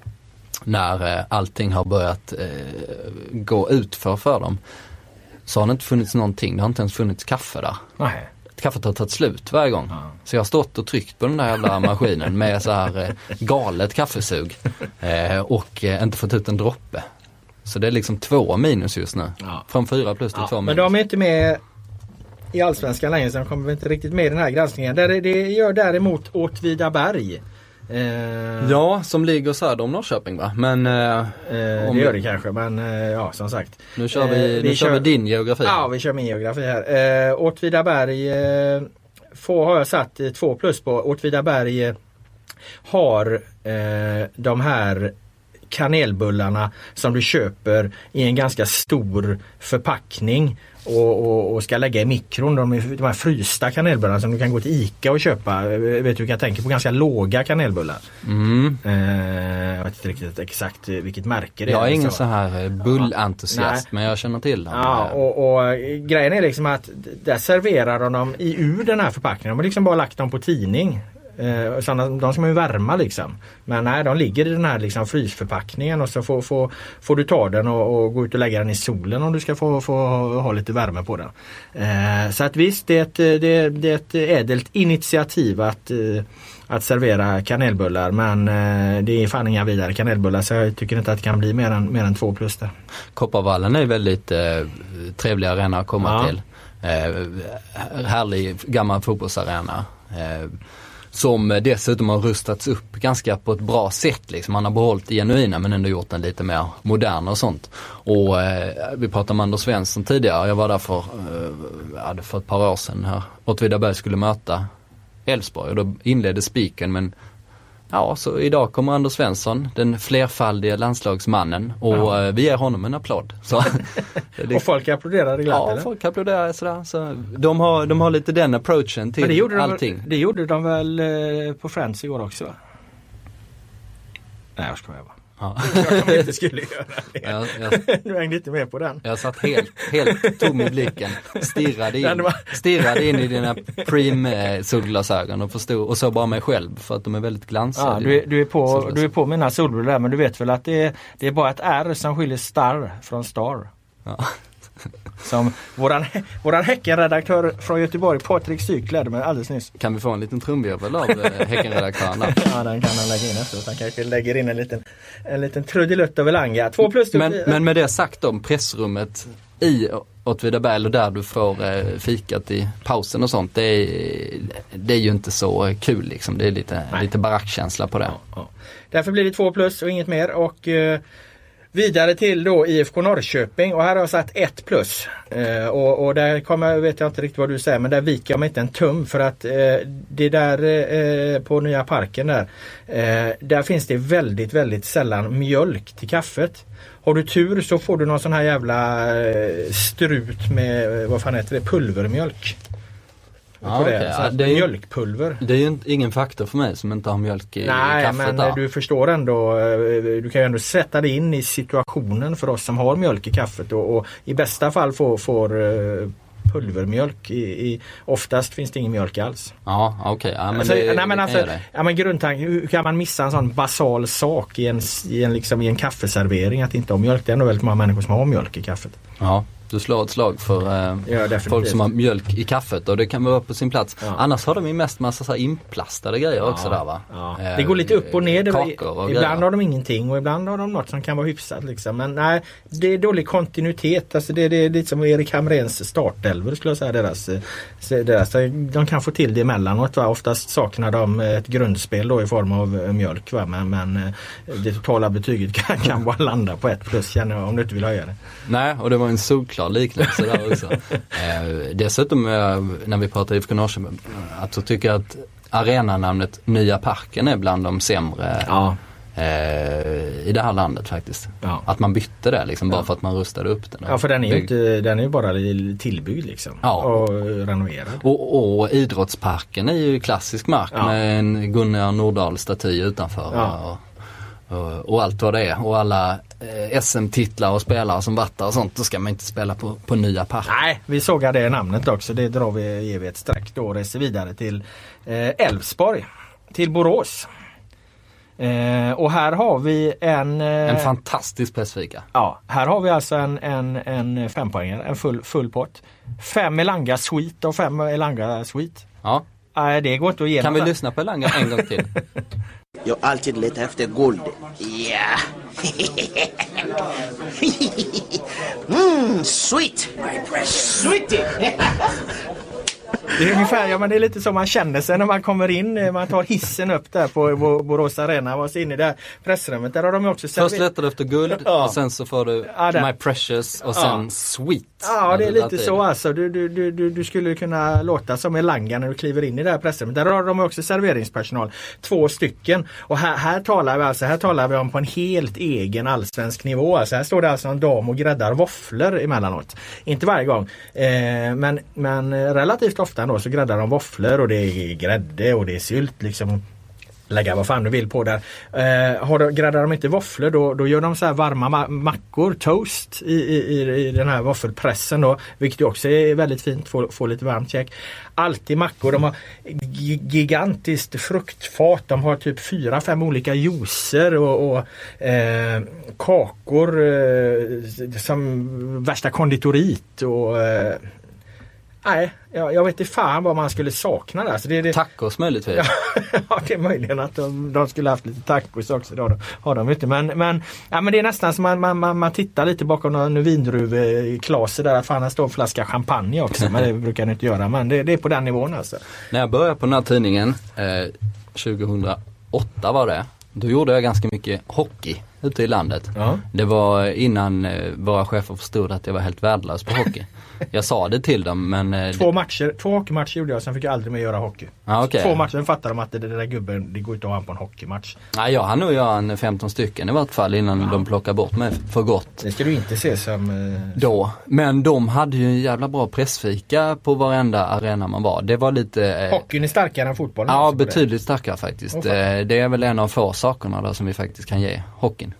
När allting har börjat gå ut för dem. Så har det inte funnits någonting. Det har inte ens funnits kaffe där. Nej. Kaffet har tagit slut varje gång. Ja. Så jag har stått och tryckt på den där jävla maskinen med så här galet kaffesug. Och inte fått ut en droppe. Så det är liksom 2 minus just nu. Ja. Från 4+ till 2 minus. Men de är inte med i Allsvenskan längre, så de kommer inte riktigt med i den här granskningen. Det gör däremot Åtvidaberg. Ja, som ligger söder om Norrköping, va? Men det gör det kanske, men ja, som sagt. Nu kör vi din geografi. Ja, vi kör min geografi här. Åtvidaberg har jag satt 2+ på. Åtvidaberg har de här kanelbullarna som du köper i en ganska stor förpackning och ska lägga i mikron. De här frysta kanelbullarna som du kan gå till Ica och köpa. Vet du, jag tänker på ganska låga kanelbullar. Jag vet inte riktigt exakt vilket märke det är. Jag är ingen så här bullentusiast, men jag känner till dem. Ja, och grejen är liksom att där serverar de dem ur den här förpackningen. De har liksom bara lagt dem på tidning. De ska man ju värma liksom. Men nej, de ligger i den här liksom frysförpackningen och så får du ta den och gå ut och lägga den i solen om du ska få ha lite värme på den. Så att visst, det är ett ädelt initiativ att servera kanelbullar, men det är fan inga vidare kanelbullar, så jag tycker inte att det kan bli mer än 2+ där. Kopparvallen är väldigt trevlig arena att komma till. Härlig gammal fotbollsarena. Som dessutom har rustats upp ganska på ett bra sätt. Liksom. Man har behållit det genuina men ändå gjort den lite mer modern och sånt. Och vi pratade med Anders Svensson tidigare. Jag var där för ett par år sedan här. Åtvidaberg skulle möta Elfsborg och då inledde spiken, men ja, så idag kommer Anders Svensson, den flerfaldige landslagsmannen, och vi ger honom en applåd. Så, och folk applåderar glatt, eller? Ja, folk applåderar sådär. Så de har lite den approachen till allting. Det gjorde de väl på Friends igår också, va? Nej, jag skojar bara. Ja. Jag inte skulle göra det. Du hängde inte med på den. Jag satt helt tom i blicken. Stirrade in i dina Prim-solglasögon och så bara mig själv för att de är väldigt glansiga. Ja, du är på mina solbrillor där, men du vet väl att det är bara ett R som skiljer star från star. Ja. Som våran Häckenredaktör från Göteborg, Patrik Syk, lärde mig alldeles nyss. Kan vi få en liten trumvirvel av Häckenredaktören där? Ja, den kan han lägga in efteråt. Han kanske lägger in en liten trudelutt av Elanga. 2+. Men med det sagt om pressrummet i Åtvidaberg, och där du får fikat i pausen och sånt, det är ju inte så kul liksom. Det är lite barackkänsla på det. Ja. Därför blir det 2+ och inget mer. Och vidare till då IFK Norrköping, och här har jag satt 1+. Och där vet jag inte riktigt vad du säger, men där viker jag mig inte en tum, för att det där på Nya Parken där finns det väldigt, väldigt sällan mjölk till kaffet. Har du tur så får du någon sån här jävla strut med, vad fan heter det, pulvermjölk. Ja, okay. Det är mjölkpulver. Det är ju ingen faktor för mig som inte har mjölk i kaffet. Nej, men du förstår ändå, du kan ju ändå sätta dig in i situationen för oss som har mjölk i kaffet, och i bästa fall får pulvermjölk. Oftast finns det ingen mjölk alls. Ja, okej. Okay. Ja, men grundtanken, hur kan man missa en sån basal sak i en kaffeservering, att inte ha mjölk? Det är nog väldigt många människor som har mjölk i kaffet. Ja. Du slår ett slag för folk som har mjölk i kaffet, och det kan vara på sin plats. Ja. Annars har de ju mest massa så här inplastade grejer också där, va? Ja. Det går lite upp och ner. Kakor ibland har de ingenting, och ibland har de något som kan vara hyfsat liksom. Men nej, det är dålig kontinuitet. Alltså det är lite som Erik Hamrens startelver, skulle jag säga, deras. De kan få till det emellanåt, va? Oftast saknar de ett grundspel då i form av mjölk, va? Men det totala betyget kan bara landa på 1+, känner jag, om du inte vill höja det. Nej, och det var en solklar liknelse där också. Dessutom när vi pratar IFK Norrköping, att så tycker jag att arenanamnet Nya Parken är bland de sämre i det här landet faktiskt. Ja. Att man bytte det liksom, bara för att man rustade upp den. Ja, för den är ju bara tillbyggd liksom. Ja. Och renoverad. Och idrottsparken är ju klassisk mark med en Gunnar Nordahl-staty utanför. Ja. Och allt vad det är. Och alla SM-titlar och spelare som vattnar och sånt, då ska man inte spela på Nya Parken. Nej, vi såg det namnet också. Det ger vi ett streck då och reser vidare till Elfsborg, till Borås. Och här har vi en fantastisk pressfika. Ja, här har vi alltså en 5-poängare, en full pott. 5 Elanga Sweet och 5 Elanga Sweet. Ja. Det går inte att ge. Kan vi lyssna på Elanga en gång till? Jag har alltid letat efter guld. Ja. Sweet, my precious sweetie. Det är ungefär, men det är lite som man känner sig när man kommer in, man tar hissen upp där på Borås Arena, var så inne i det här pressrummet. Där har de också först letar du efter guld och sen så får du my precious och sen sweet. Ja, det är lite så alltså. Du skulle kunna låta som Elanga när du kliver in i det här pressrummet. Där har de också serveringspersonal, 2 stycken. Och här talar vi om på en helt egen allsvensk nivå. Alltså här står det alltså en dam och gräddar våfflor emellanåt. Inte varje gång, men relativt ofta då så gräddar de våfflor, och det är grädde och det är sylt liksom. Lägga vad fan du vill på där. Gräddar de inte våfflor, då gör de så här varma mackor, toast i den här våffelpressen då, vilket också är väldigt fint, få lite varmt käk. Alltid mackor, de har gigantiskt fruktfat, de har typ 4-5 olika juicer och kakor som värsta konditorit och nej, jag vet inte fan vad man skulle sakna där. Så det... Tacos möjligtvis. Ja, det är möjligen att de skulle haft lite tacos också. Då har de inte. Men det är nästan som man tittar lite bakom någon vindruveklaser där. Fan, här står en flaska champagne också. Men det brukar jag inte göra. Men det är på den nivån alltså. När jag började på den här tidningen 2008 var det. Då gjorde jag ganska mycket hockey ute i landet. Ja. Det var innan våra chefer förstod att jag var helt värdelös på hockey. Jag sa det till dem, men... 2 hockeymatcher gjorde jag, sen fick jag aldrig mer göra hockey. Okay. 2 matcher, sen fattade de att det där gubben, det går inte att ha på en hockeymatch. Nej, jag hann nog göra en 15 stycken i vart fall innan de plockar bort mig för gott. Det ska du inte se som... Då. Men de hade ju en jävla bra pressfika på varenda arena man var. Det var lite... Hockeyn är starkare än fotbollen? Ja, betydligt starkare faktiskt. Det är väl en av få sakerna där som vi faktiskt kan ge hockeyn.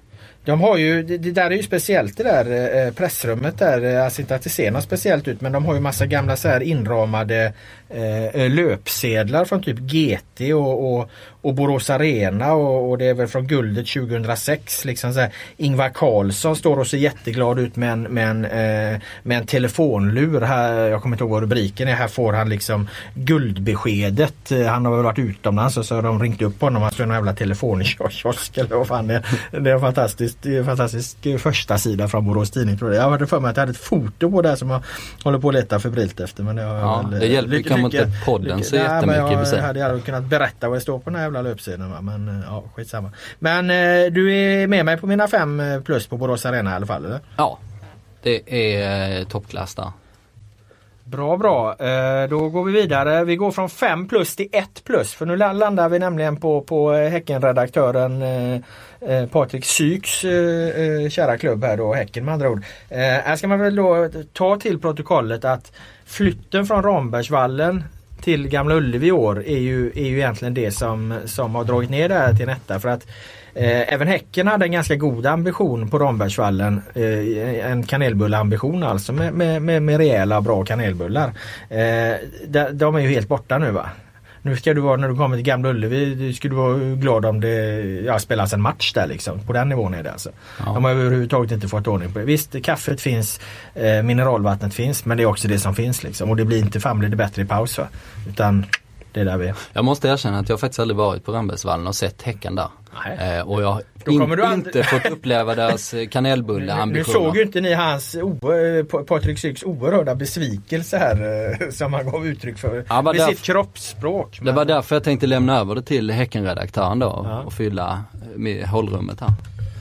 De har ju, det där är ju speciellt det där pressrummet där, alltså inte att det ser något speciellt ut, men de har ju massa gamla så här inramade löpsedlar från typ GT och Borås Arena och det är väl från guldet 2006 liksom så här. Ingvar Carlsson står och ser jätteglad ut med en telefonlur här, jag kommer inte ihåg vad rubriken är, här får han liksom guldbeskedet, han har väl varit utomlands och så har de ringt upp honom, han står en jävla telefonkiosk eller vad fan det är fantastisk första sida från Borås Tidning tror jag. Jag hade för mig att jag hade ett foto på det som jag håller på att leta febrilt efter, men det hjälper kan man inte podden så jättemycket i sig. Jag hade kunnat berätta vad det står på den här jävla löpsidan, va? Men ja, skitsamma. Men du är med mig på mina 5 plus på Borås Arena i alla fall, eller? Ja, det är toppklass där. Bra. Då går vi vidare. Vi går från 5 plus till 1 plus. För nu landar vi nämligen på Häcken-redaktören Patrik Syks kära klubb här då, Häcken med andra ord. Här ska man väl då ta till protokollet att flytten från Rambergsvallen till Gamla Ullevi i år är ju egentligen det som har dragit ner det här till en etta, för att även Häcken hade en ganska god ambition på Rambergsvallen, en kanelbullambition alltså med rejäla bra kanelbullar. De är ju helt borta nu, va? Nu ska du vara, när du kommer till Gamla Ullevi, ska du vara glad om det spelas en match där liksom. På den nivån är det alltså. Ja. De har överhuvudtaget inte fått ordning på det. Visst, kaffet finns, mineralvattnet finns, men det är också det som finns liksom. Och det blir inte fan blir det bättre i paus, va? Utan det är där vi är. Jag måste erkänna att jag faktiskt aldrig varit på Rambergsvallen och sett Häcken där. Och jag har inte fått uppleva deras kanelbulleambitioner. Nu såg ju inte ni hans Patrik Syks oerhörda besvikelse här som han gav uttryck för med sitt kroppsspråk. Det var därför jag tänkte lämna över det till Häcken-redaktören då och fylla med hållrummet här.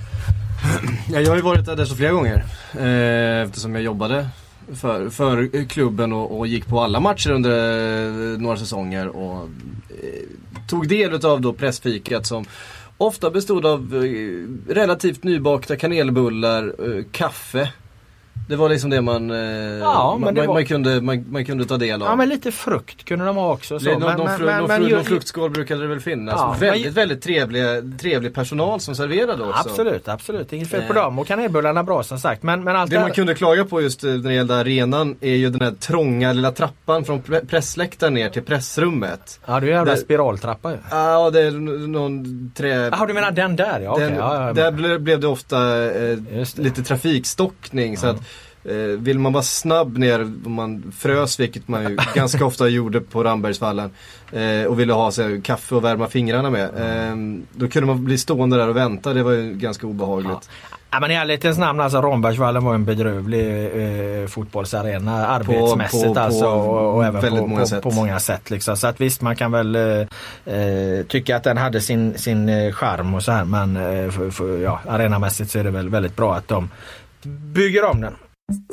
Ja, jag har ju varit där så flera gånger eftersom jag jobbade för klubben och gick på alla matcher under några säsonger och tog del av då pressfikat som ofta bestod av relativt nybakta kanelbullar, kaffe. Det var liksom det man kunde ta del av. Ja, men lite frukt kunde de ha också. Så. Någon fruktskål brukade det väl finnas. Ja, väldigt trevlig personal som serverade också. Absolut. Inget fel på dem. Och kanelbullarna bra som sagt. Men allt det man kunde klaga på just när det gällde arenan är ju den här trånga lilla trappan från pressläktaren ner till pressrummet. Ja, det är en jävla spiraltrappa ju. Ja, det är någon trä... Ja, du menar den där? Ja, där blev det ofta lite trafikstockning så att vill man vara snabb ner om man frös, vilket man ju ganska ofta gjorde på Rambergsvallen och ville ha sig kaffe och värma fingrarna med, då kunde man bli stående där och vänta. Det var ju ganska obehagligt. Ja, men i ärlighetens namn, alltså Rambergsvallen var en bedrövlig fotbollsarena arbetsmässigt och även på många sätt liksom. Så att visst, man kan väl tycka att den hade sin charm och så här, men arenamässigt så är det väl väldigt bra att de bygger om den.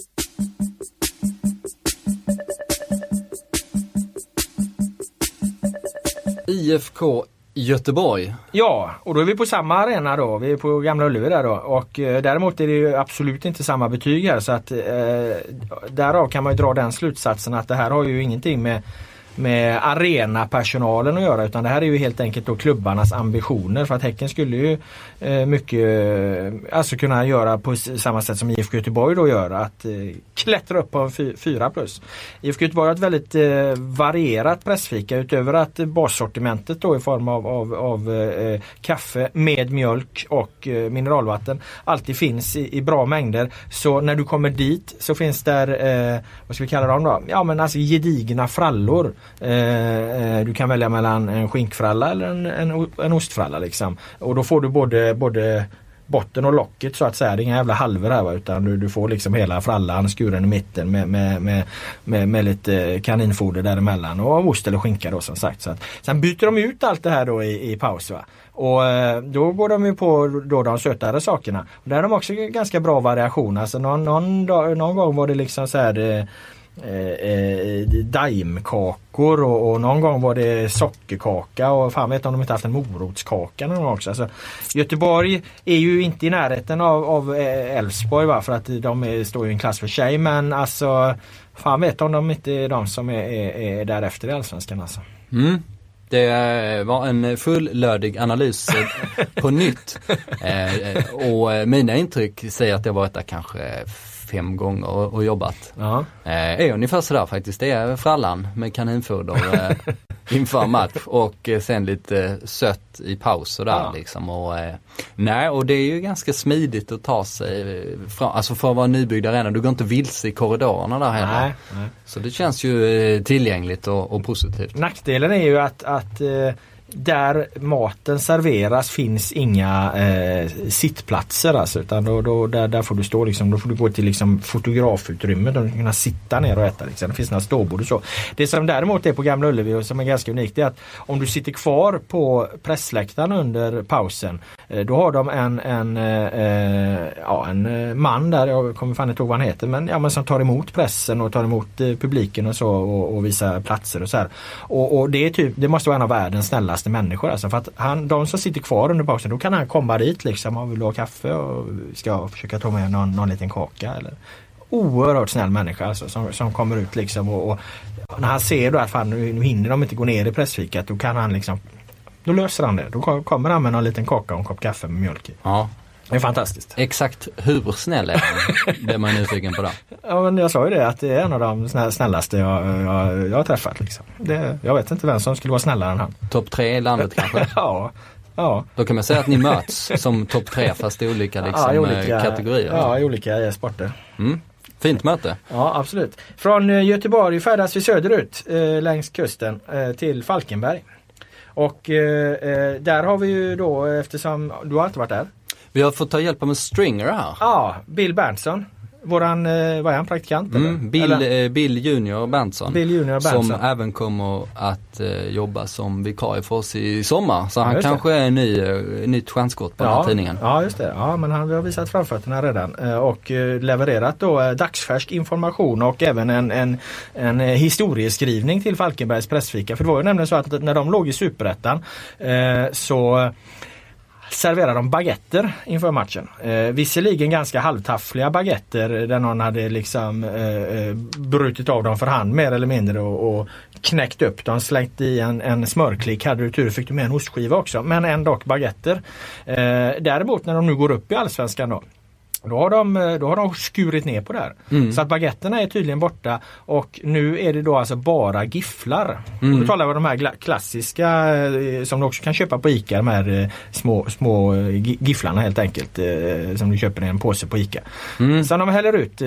IFK Göteborg. Ja, och då är vi på samma arena då. Vi är på Gamla Ullevi där då. Och däremot är det ju absolut inte samma betyg här. Så att därav kan man ju dra den slutsatsen att det här har ju ingenting med arenapersonalen att göra, utan det här är ju helt enkelt då klubbarnas ambitioner, för att Häcken skulle ju mycket kunna göra på samma sätt som IFK Göteborg då gör, att klättra upp på en 4+. IFK Göteborg har ett väldigt varierat pressfika, utöver att bassortimentet då i form av kaffe med mjölk och mineralvatten alltid finns i bra mängder, så när du kommer dit så finns där vad ska vi kalla dem då? Ja, men alltså gedigna frallor. Du kan välja mellan en skinkfralla eller en ostfralla liksom. Och då får du både botten och locket så att säga. Det är inga jävla halvor här, va? Utan du får liksom hela frallan skuren i mitten med lite kaninfoder däremellan och ost eller skinka då som sagt. Så att, sen byter de ut allt det här då i paus, va? Och då går de ju på då de sötare sakerna. Och där har de också ganska bra variation. Alltså någon gång var det liksom så här daimkakor och någon gång var det sockerkaka och fan vet om de inte haft en morotskaka någon gång också. Alltså, Göteborg är ju inte i närheten av Elfsborg, va, för att de står ju i en klass för sig, men alltså fan vet om de inte är de som är därefter i Allsvenskan alltså. Det var en fullödig analys på nytt. Och mina intryck säger att jag varit där kanske 5 gånger och jobbat. Är ungefär sådär faktiskt. Det är frallan med kaninfoder inför match och sen lite sött i paus och där liksom. Och det är ju ganska smidigt att ta sig fram. Alltså för att vara nybyggd arena, du går inte vilse i korridorerna där heller. Nej. Så det känns ju tillgängligt och positivt. Nackdelen är ju att där maten serveras finns inga sittplatser alltså, utan där får du stå liksom, då får du gå till liksom fotografutrymme där du kan sitta ner och äta liksom. Det finns några ståbord och så. Det som däremot är på Gamla Ullevi och som är ganska unikt är att om du sitter kvar på pressläktaren under pausen, då har de en man där, jag kommer fan inte ihåg vad han heter, men som tar emot pressen och tar emot publiken och så och visar platser och så här. Och det är typ, det måste vara en av världens snällaste människor alltså, för att de som sitter kvar under pausen, då kan han komma dit liksom och vill ha kaffe och ska försöka ta med någon liten kaka eller oerhört snäll människa alltså, som kommer ut liksom och när han ser då att fan, nu hinner de inte gå ner i pressfikat, då kan han liksom, då löser han det, då kommer han med någon liten kaka och en kopp kaffe med mjölk i. Ja. Det är fantastiskt. Exakt hur snäll är han? Det är man nyfiken på det. Ja, men jag sa ju det, att det är en av de snällaste jag har träffat liksom. Jag vet inte vem som skulle vara snällare än han. Topp 3 i landet kanske? Ja. Då kan man säga att ni möts som topp 3 fast i olika, liksom, olika kategorier. Ja, i olika sporter. Fint möte. Ja, absolut. Från Göteborg färdas vi söderut längs kusten till Falkenberg. Och där har vi ju då, eftersom du har alltid varit där. Vi har fått ta hjälp av en stringer här. Ja, Bill Berntsson. Våran, vad är han, praktikant? Bill Junior Berntsson. Som även kommer att jobba som vikarie för oss i sommar. Så han kanske är nytt stjärnskott på den här tidningen. Ja, just det. Ja, men han har visat framfötterna redan. Och levererat då dagsfärsk information och även en historieskrivning till Falkenbergs pressfika. För det var ju nämligen så att när de låg i Superettan så serverar de baguetter inför matchen. Visserligen ganska halvtaffliga baguetter där någon hade liksom brutit av dem för hand mer eller mindre och knäckt upp dem, slängt i en smörklick. Hade du tur fick du med en ostskiva också, men ändå baguetter. Däremot när de nu går upp i Allsvenskan då har de skurit ner på det här. Så att baguetterna är tydligen borta och nu är det då alltså bara gifflar. Och då talar vi om de här klassiska som du också kan köpa på ICA, de här små gifflarna helt enkelt som du köper i en påse på ICA. Så de häller ut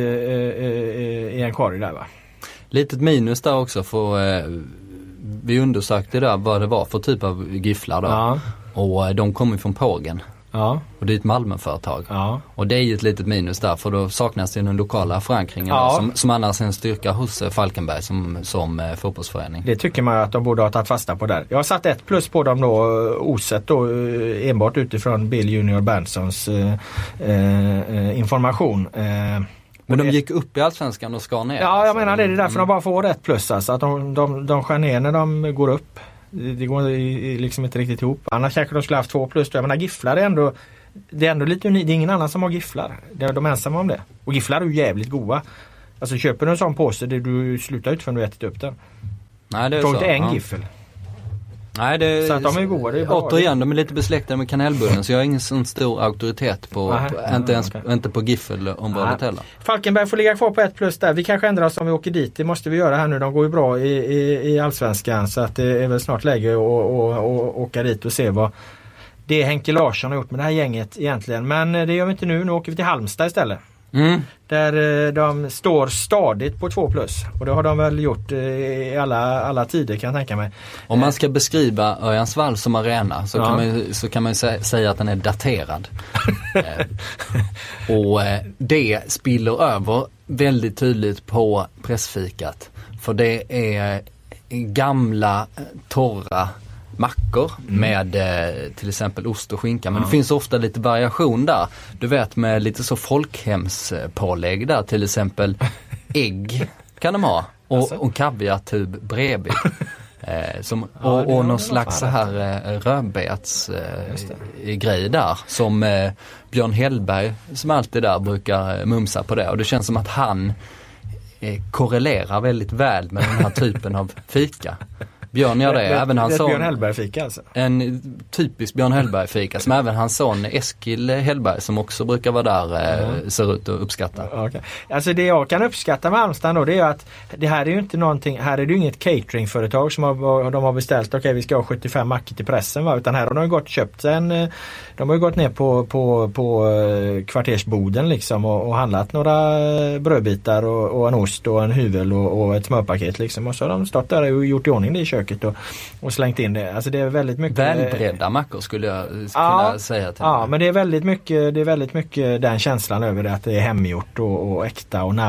i en korg där, va? Litet minus där också, för vi undersökte där vad det var för typ av gifflar då. Ja. Och de kommer från Pågen. Ja. Och det är ett Malmöföretag. Ja. Och det är ju ett litet minus där, för då saknas det den lokala förankringen som annars är en styrka hos Falkenberg som fotbollsförening. Det tycker man att de borde ha tagit fasta på där. Jag har satt 1+ på dem då, osett då, enbart utifrån Bill Junior Berntssons information. Men de gick upp i Allsvenskan och skar ner. Ja, jag menar det är därför de bara får 1+. Alltså att de skär ner när de går upp. Det går liksom inte riktigt ihop. Annars kanske de skulle haft 2+. Jag menar, gifflar det är ändå lite unikt. Det är ingen annan som har gifflar. Det är de ensamma om det. Och gifflar är ju jävligt goda. Alltså köper du en sån påse, du slutar ut förrän du ätit upp den. Nej, det är så. Inte en giffel. Nej, så att de är goda, det är bra. Återigen, de är lite besläktade med kanelbullen, så jag har ingen sån stor auktoritet på inte på giffelområdet heller. Falkenberg får ligga kvar på 1+ där. Vi kanske ändrar oss om vi åker dit. Det måste vi göra här nu. De går ju bra i Allsvenskan, så att det är väl snart läge att åka dit och se vad det Henke Larsson har gjort med det här gänget egentligen. Men det gör vi inte nu. Nu åker vi till Halmstad istället. Där de står stadigt på 2+. Och det har de väl gjort i alla tider, kan jag tänka mig. Om man ska beskriva Örjansvall som arena så kan man säga att den är daterad. Och det spiller över väldigt tydligt på pressfikat. För det är gamla, torra mackor med till exempel ost och skinka, men det finns ofta lite variation där, du vet, med lite så folkhemspålägg där, till exempel ägg kan de ha och kaviartub bredvid och någon slags så här rödbets grej där som Björn Hellberg som alltid där brukar mumsa på det, och det känns som att han korrelerar väldigt väl med den här typen av fika. Björn gör det. Även hans son, Björn Hellberg-fika alltså. En typisk Björn Hellberg-fika som även hans son Eskil Hellberg som också brukar vara där ser ut att uppskatta. Okay. Alltså det jag kan uppskatta med Halmstad då, det är att det här är ju inte någonting, här är det ju inget cateringföretag som de har beställt, okej vi ska ha 75 mackor till pressen, va? Utan här har de gått köpt de har ju gått ner på kvartersboden liksom och handlat några brödbitar och en ost och en hyvel och ett smörpaket liksom, och så har de stått där och gjort i ordning det i köket och slängt in det. Alltså det är väldigt mycket välbredda mackor skulle jag kunna säga till. Ja, men det är väldigt mycket den känslan över det, att det är hemgjort och äkta och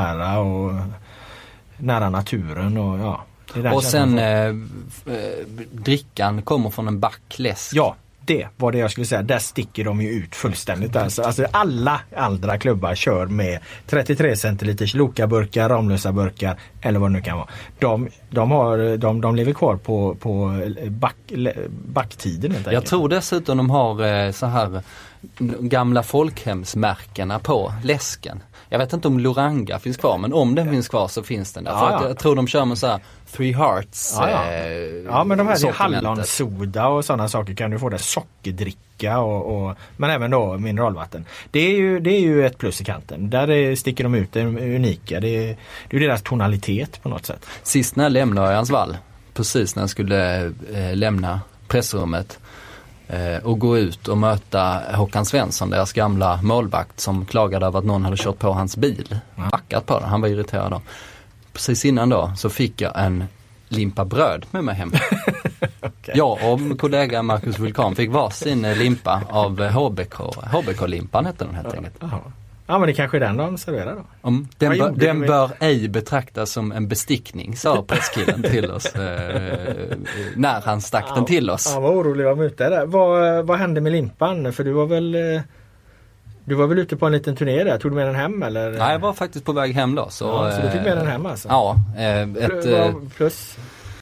nära naturen och ja. Och sen drickan kommer från en back läsk. Ja, det var det jag skulle säga. Där sticker de ju ut fullständigt. Alltså alla andra klubbar kör med 33 centiliters Loka-burkar, Ramlösa burkar eller vad det nu kan vara. De lever kvar på backtiden. Jag tror dessutom de har så här gamla folkhemsmärkena på läsken. Jag vet inte om Loranga finns kvar, men om den finns kvar så finns den där. För att jag tror de kör med så här Three Hearts. Ja, men de här hallonsoda och sådana saker kan du få där, sockerdricka men även då mineralvatten. Det är ju ett plus i kanten. Där sticker de ut, det är unika. Det är ju deras tonalitet på något sätt. Sist när jag lämnade Örjansvall, precis när jag skulle lämna pressrummet och gå ut och möta Håkan Svensson, deras gamla målvakt som klagade över att någon hade kört på hans bil. Backat på den, han var irriterad då. Precis innan då så fick jag en limpa bröd med mig hem. Okay. Jag och kollega Marcus Vulkan fick varsin limpa av HBK-limpan hette den helt enkelt. Ja, men det kanske är den de serverar då. Den bör ej betraktas som en bestickning, sa presskillen till oss när han stack den till oss. Ja, vad orolig var ute där. Vad hände med limpan? För du var väl ute på en liten turné där? Tog du med den hem eller? Nej, jag var faktiskt på väg hem då. Så du fick med den hem alltså? Ja. Plus?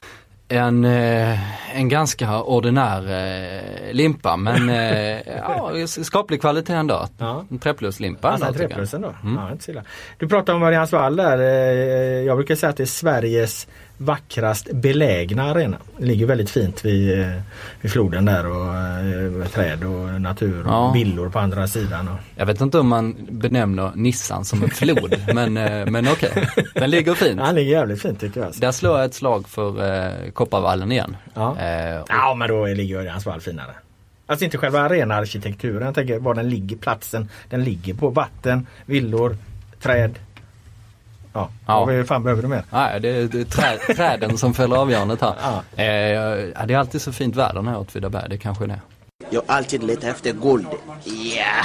En ganska ordinär limpa, men skaplig kvalitet ändå. Ja. En 3+-limpa. Alltså en 3+ ändå? Ja, inte så illa. Du pratade om Örjansvall där. Jag brukar säga att det är Sveriges vackrast belägna arena. Ligger väldigt fint vid floden där och träd och natur och villor på andra sidan. Jag vet inte om man benämner Nissan som en flod, men okej. Den ligger fint. Den ligger jävligt fint tycker jag. Där slår jag ett slag för Kopparvallen igen. Ja, men då ligger Örjansvall finare. Alltså inte själva arenaarkitekturen, jag tänker var den ligger, platsen. Den ligger på vatten, villor, träd. Ja. Vad fan behöver du mer? Nej, det är träden som fäller avgörandet här. Det är alltid så fint väder här åt Vidaberg, det kanske är det. Jag har alltid letat efter guld. Ja.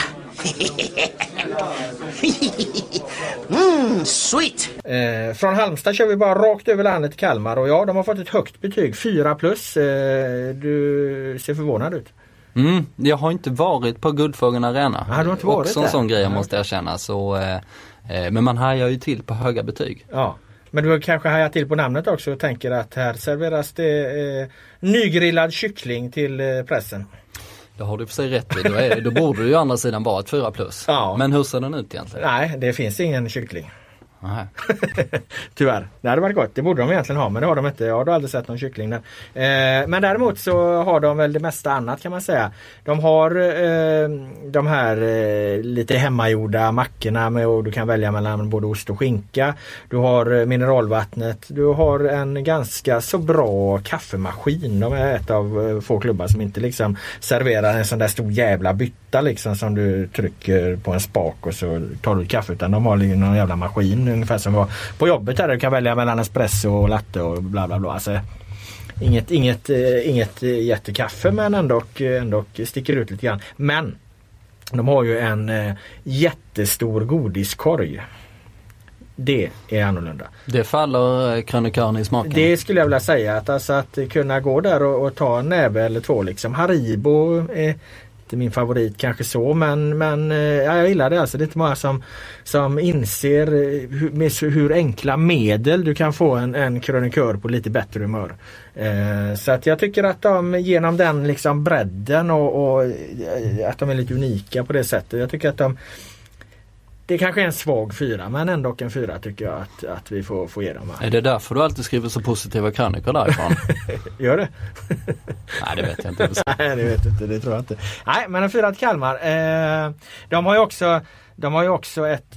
Sweet! Från Halmstad kör vi bara rakt över landet till Kalmar. Och de har fått ett högt betyg, 4+. Du ser förvånad ut. Jag har inte varit på Guldfågeln Arena. Du har inte varit också en sån grej måste jag känna. Men man hajar ju till på höga betyg. Ja, men du kanske hajar till på namnet också och tänker att här serveras det nygrillad kyckling till pressen. Det har du för sig rätt i. Då borde det ju andra sidan vara ett 4+. Ja. Men hur ser den ut egentligen? Nej, det finns ingen kyckling. Tyvärr. Det hade varit gott. Det borde de egentligen ha, men det har de inte. Jag har aldrig sett någon kyckling där. Men däremot så har de väl det mesta annat kan man säga. De har de här lite hemmagjorda mackorna med, och du kan välja mellan både ost och skinka. Du har mineralvattnet. Du har en ganska så bra kaffemaskin. De är ett av få klubbar som inte liksom serverar en sån där stor jävla bytta liksom som du trycker på en spak och så tar du kaffe, utan de har liksom någon jävla maskin ungefär som var på jobbet där du kan välja mellan espresso och latte och bla bla bla. Alltså, inget jättekaffe, men ändå sticker ut lite grann. Men de har ju en jättestor godiskorg. Det är annorlunda. Det faller krönikören i smaken. Det skulle jag vilja säga, att kunna gå där och ta en näve eller två liksom. Haribo är inte min favorit kanske så, men jag gillar det. Alltså, det är inte många som inser hur enkla medel du kan få en krönikör på lite bättre humör. Så att jag tycker att de genom den liksom bredden och att de är lite unika på det sättet. Jag tycker att det kanske är en svag 4, men ändå en 4 tycker jag att vi får ge dem. Är det därför du alltid skriver så positiva krönikor därifrån? Gör det? Nej, det vet jag inte. Nej, det vet jag inte, det tror jag inte. Nej, men en 4 till Kalmar. De har ju också ett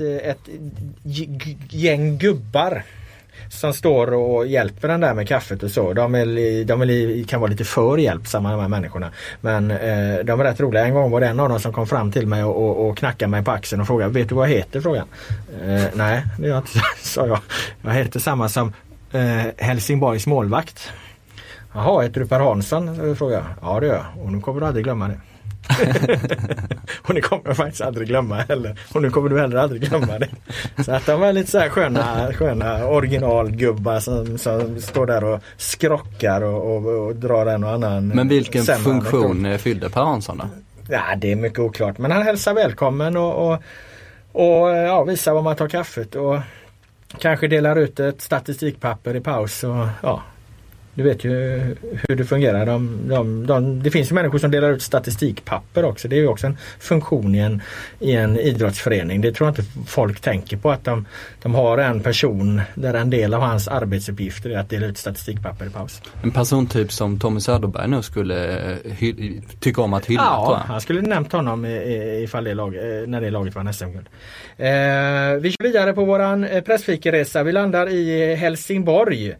gäng gubbar som står och hjälper den där med kaffet och så. De kan vara lite för hjälpsamma, de här människorna. Men de är rätt roliga. En gång var det en av dem som kom fram till mig och knackade mig på axeln och frågade, vet du vad jag heter? Frågan. Nej, det gör jag inte, sa jag. Jag heter samma som Helsingborgs målvakt. Jaha, heter du Per Hansson? Frågade jag. Ja, det gör jag. Och nu kommer du aldrig glömma det. Och det kommer jag faktiskt aldrig glömma heller. Och nu kommer du heller aldrig glömma det. Så att de var lite så här sköna originalgubbar som står där och skrockar och drar en och annan. Men vilken funktion fyllde Per Hansson då? Ja, det är mycket oklart. Men han hälsar välkommen och visar vad man tar kaffet och kanske delar ut ett statistikpapper i paus och ja. Du vet ju hur det fungerar. Det finns ju människor som delar ut statistikpapper också. Det är ju också en funktion i en idrottsförening. Det tror jag inte folk tänker på, att de har en person där en del av hans arbetsuppgifter är att dela ut statistikpapper i paus. En persontyp som Tommy Söderberg nu skulle tycka om att hylla. Ja, han skulle nämnt honom ifall när det laget var en SM-guld. Vi kör vidare på våran pressfikeresa. Vi landar i Helsingborg.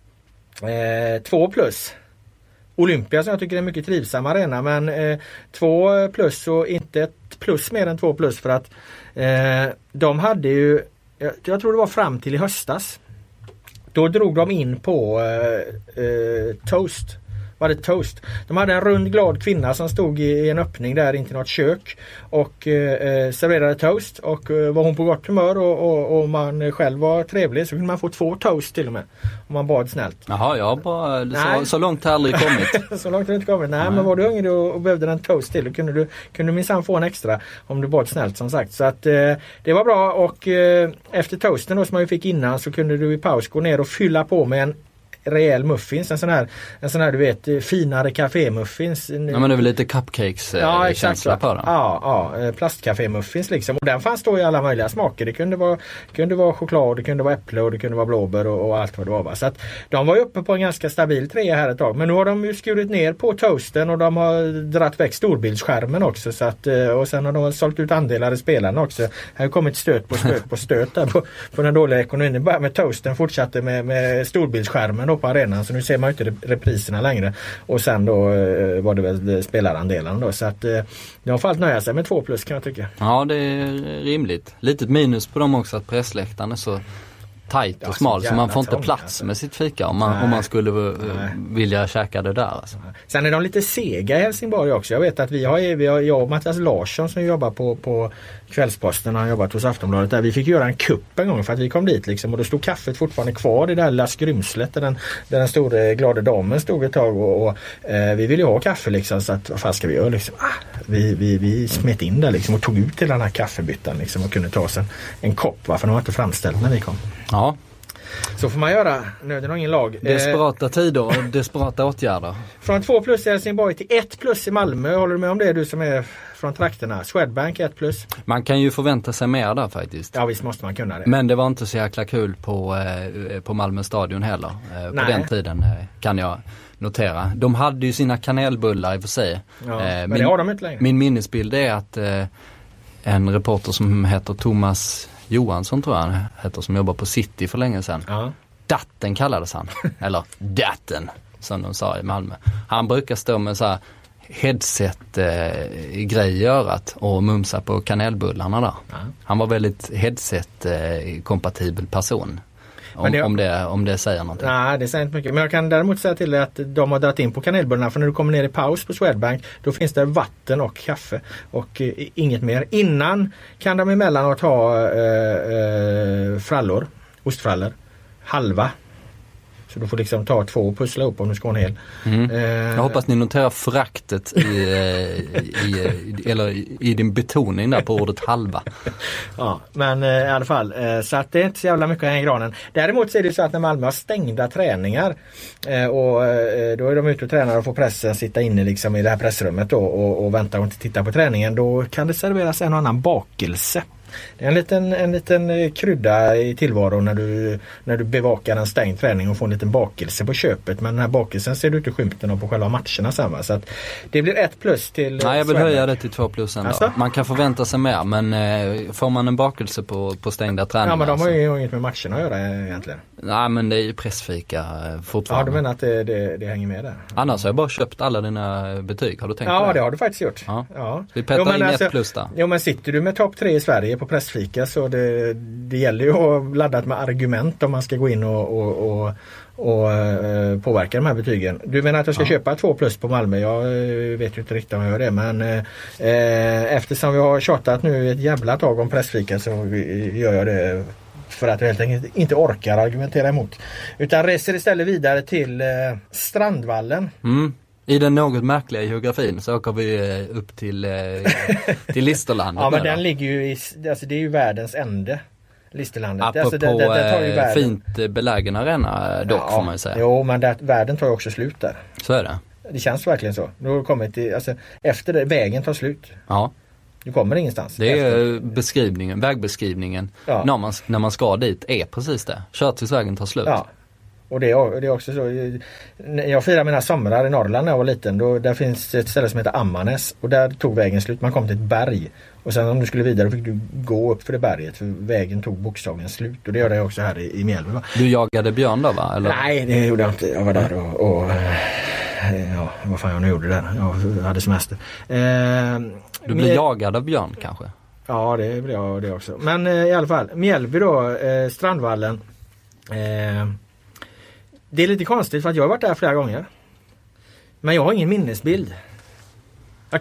2+. Olympia som jag tycker är en mycket trivsam arena, men 2+ och inte ett plus mer än 2+, för att de hade ju, jag tror det var fram till i höstas, då drog de in på toast. Var det toast? De hade en rund glad kvinna som stod i en öppning där in till något kök och serverade toast, och var hon på gott humör och man själv var trevlig så kunde man få 2 toast till och med om man bad snällt. Jaha, jag bara så långt har aldrig kommit. Så långt har det inte kommit. Nej, men var du hungrig och behövde en toast till, och kunde du minsann få en extra om du bad snällt, som sagt. Så att det var bra, och efter toasten då, som man fick innan, så kunde du i paus gå ner och fylla på med en rejäl muffins, en sån här du vet, finare kafémuffins. Ja, men det är väl lite cupcakes känsla på den. Ja, plastkafémuffins liksom. Och den fanns då i alla möjliga smaker. Det kunde vara choklad, det kunde vara äpple och det kunde vara blåbär och allt vad det var. Va? Så att de var ju uppe på en ganska stabil 3 här ett tag. Men nu har de ju skurit ner på toasten och de har dratt väck storbildsskärmen också. Så att, och sen har de sålt ut andelar i spelarna också. Här har kommit stöt på stöt där på den dåliga ekonomin. Bara med toasten fortsatte med storbildsskärmen på arenan, så nu ser man ju inte repriserna längre, och sen då var det väl spelarandelen då, så att de har fallit nöja sig med 2+ kan jag tycka. Ja, det är rimligt. Litet minus på dem också att pressläktaren är så tajt och smal, så man får inte plats med sitt fika om man skulle vilja käka det där alltså. Sen är de lite sega i Helsingborg också. Jag vet att jag och Mattias Larsson som jobbar på Kvällsposten, har jobbat hos Aftonbladet där. Vi fick göra en kupp en gång för att vi kom dit liksom, och då stod kaffet fortfarande kvar i det där lilla skrymslet där den stora glada damen stod ett tag och vi ville ju ha kaffe liksom, så att vad fan ska vi göra liksom? Vi smet in där liksom och tog ut till den här kaffebyttan liksom och kunde ta oss en kopp, för de var inte framställd när vi kom. Ja. Så får man göra, nöden har ingen lag. Desperata tider och desperata åtgärder. Från 2+ i Helsingborg till 1+ i Malmö. Håller du med om det, du som är från trakterna? Swedbank 1+. Man kan ju förvänta sig mer där faktiskt. Ja, visst måste man kunna det. Men det var inte så jäkla kul på Malmö stadion heller. På den tiden kan jag notera. De hade ju sina kanelbullar i och för sig. Ja, men det har de inte längre. Min minnesbild är att en reporter som heter Thomas Johansson, tror jag han heter, som jobbar på City för länge sedan. Ja. Datten kallades han. Eller Datten, som de sa i Malmö. Han brukar stå med så här headset-grej i örat och mumsa på kanelbullarna där. Ja. Han var väldigt headset-kompatibel person. Om det säger någonting. Nej, det säger inte mycket. Men jag kan däremot säga till dig att de har dragit in på kanelbullarna, för när du kommer ner i paus på Swedbank, då finns det vatten och kaffe och inget mer. Innan kan de emellanåt ha frallor, ostfrallor, halva. Så du får liksom ta 2 och pussla upp om du ska ha en hel. Jag hoppas ni noterar föraktet i din betoning där på ordet halva. Ja, men i alla fall. Så att det är inte så jävla mycket att hänga i granen. Däremot så är det så att när Malmö har stängda träningar och då är de ute och tränar och får pressen sitta inne liksom i det här pressrummet då, och vänta och inte titta på träningen, då kan det serveras en och annan bakelse. Det är en liten krydda i tillvaron när du bevakar en stängd träning och får en liten bakelse på köpet. Men den här bakelsen ser du inte skymten av på själva matcherna samma. Så att det blir 1+ till Nej, jag vill höja det till 2+ ändå. Alltså? Man kan förvänta sig mer, men får man en bakelse på stängda träningar. Ja, men de har ju inget med matcherna att göra egentligen. Nej, men det är ju pressfika fortfarande. Ja, du menar att det hänger med där? Annars har jag bara köpt alla dina betyg, har du tänkt på det? Ja, det har du faktiskt gjort. Ja. Vi pettar in 1+ där. Jo, men sitter du med topp 3 i Sverige på pressfika så det gäller ju att ladda med argument om man ska gå in och påverka de här betygen. Du menar att jag ska köpa 2+ på Malmö? Jag vet ju inte riktigt om jag gör det, men eftersom vi har tjatat nu ett jävla tag om pressfika så gör jag det för att jag helt enkelt inte orkar argumentera emot. Utan reser istället vidare till Strandvallen. I den något märkliga geografin så åker vi upp till Listerlandet. Ja, men den ligger ju alltså det är ju världens ände. Listerlandet. Apropå alltså, det tar ju fint belägen arena dock, får man ju säga. Jo, men världen tar ju också slut där. Så är det. Det känns verkligen så. Nu har kommit till, alltså, efter det, vägen tar slut. Ja. Du kommer ingenstans. Det är vägbeskrivningen när man ska dit är precis det. Kör tills vägen tar slut. Ja. Och det är också så. Jag firar mina somrar i Norrland när jag var liten. Där finns ett ställe som heter Ammarnäs. Och där tog vägen slut. Man kom till ett berg. Och sen om du skulle vidare fick du gå upp för det berget. För vägen tog bokstavligen slut. Och det gör det också här i Mjällby. Du jagade björn då, va? Eller? Nej, det gjorde jag inte. Jag var där och ja, vad fan jag nu gjorde där. Jag hade semester. Du blev jagad av björn kanske? Ja, det blev jag det också. Men i alla fall, Mjällby då, Strandvallen. Det är lite konstigt för att jag har varit där flera gånger. Men jag har ingen minnesbild. Jag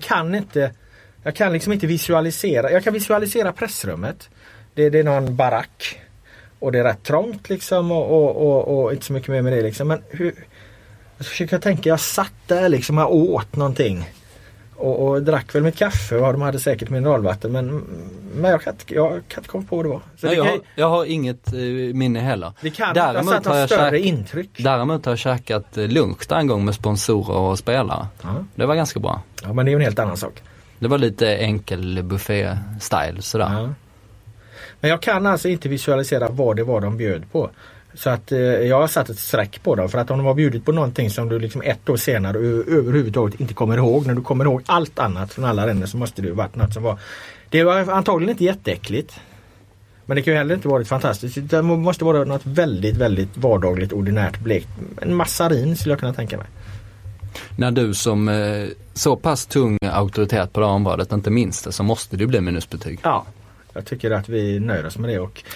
kan liksom inte visualisera. Jag kan visualisera pressrummet. Det är någon barack. Och det är rätt trångt liksom och inte så mycket mer med det liksom. Men jag försöker tänka, jag satt där liksom och åt någonting. Och drack väl mitt kaffe och de hade säkert mineralvatten men jag kan inte komma på vad det var. Så nej, jag har inget minne heller. Det kan däremot ha större intryck. Däremot har jag käkat lunch där en gång med sponsorer och spelare. Det var ganska bra. Ja, men det är ju en helt annan sak. Det var lite enkel buffé-style sådär. Ja. Men jag kan alltså inte visualisera vad det var de bjöd på. Så att jag har satt ett streck på dem. För att om de har bjudit på någonting som du liksom 1 år senare överhuvudtaget inte kommer ihåg. När du kommer ihåg allt annat från alla länder så måste det ju varit något som var... Det var antagligen inte jätteäckligt. Men det kan ju heller inte varit fantastiskt. Det måste vara något väldigt, väldigt vardagligt, ordinärt blekt. En massarin skulle jag kunna tänka mig. När du som så pass tung auktoritet på det här området inte minst det, så måste det bli minusbetyg. Ja. Jag tycker att vi nöjer oss med det. Och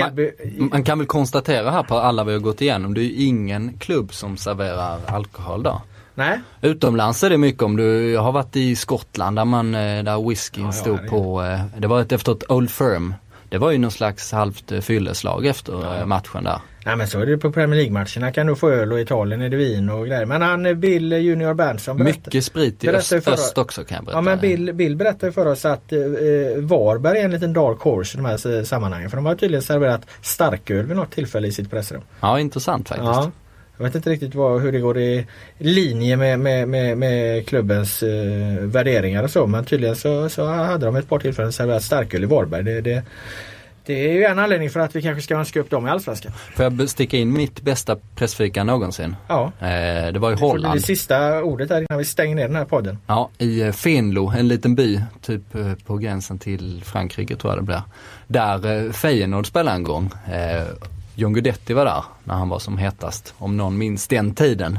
man kan väl konstatera här på alla vi har gått igenom, det är ju ingen klubb som serverar alkohol då. Nej. Utomlands är det mycket, om du har varit i Skottland där whiskyn stod på, det var efter ett Old Firm. Det var ju någon slags halvt fylleslag efter matchen där. Nej, men så är det på Premier League-matcherna. Kan du få öl och Italien är det vin och grejer. Men han Bill Junior Berntsson mycket sprit i öst också kan jag berätta. Ja, men Bill berättade för oss att Varberg är en liten dark horse i de här sammanhangen. För de har tydligen serverat starköl vid något tillfälle i sitt pressrum. Ja, intressant faktiskt. Ja. Jag vet inte riktigt hur det går i linje med klubbens värderingar och så. Men tydligen så hade de ett par tillfällen serverat starköl i Varberg. Det är ju en anledning för att vi kanske ska önska upp dem i Allsvenskan. Får jag sticka in mitt bästa pressfika någonsin? Ja. Det var i Holland. Det sista ordet här innan vi stänger ner den här podden. Ja, i Venlo, en liten by typ på gränsen till Frankrike tror jag det blir. Där Feyenoord spelade en gång. John Guidetti var där när han var som hetast. Om någon minns den tiden.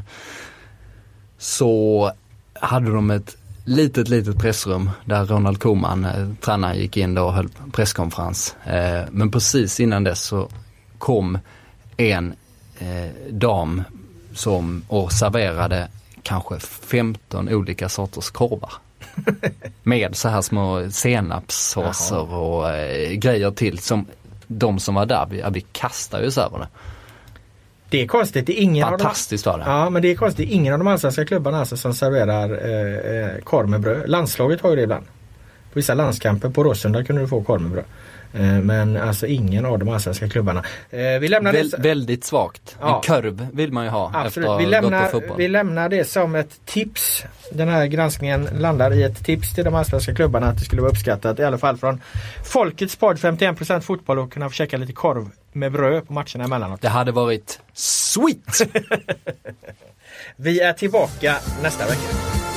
Så hade de ett litet pressrum där Ronald Koeman, tränaren, gick in då och höll presskonferens. Men precis innan dess så kom en dam och serverade kanske 15 olika sorters korvar. Med så här små senapssåser och grejer till som de som var där, vi kastar ju så över det. Det är konstigt, det är ingen fantastiskt av ja, men det är konstigt, ingen av de allsvenska klubbarna alltså som serverar korv med bröd. Landslaget har ju det ibland. på vissa landskamper på Råsunda kunde du få korv med bröd. Men alltså ingen av de allsvenska klubbarna. Vi lämnar väldigt svagt. Ja. En kurv vill man ju ha. Absolut. Efter vi lämnar det som ett tips. Den här granskningen landar i ett tips till de allsvenska klubbarna att det skulle vara uppskattat. I alla fall från Folkets podd 51% fotboll och kunna få käka lite korv med bröd på matcherna emellanåt. Det hade varit sweet! Vi är tillbaka nästa vecka.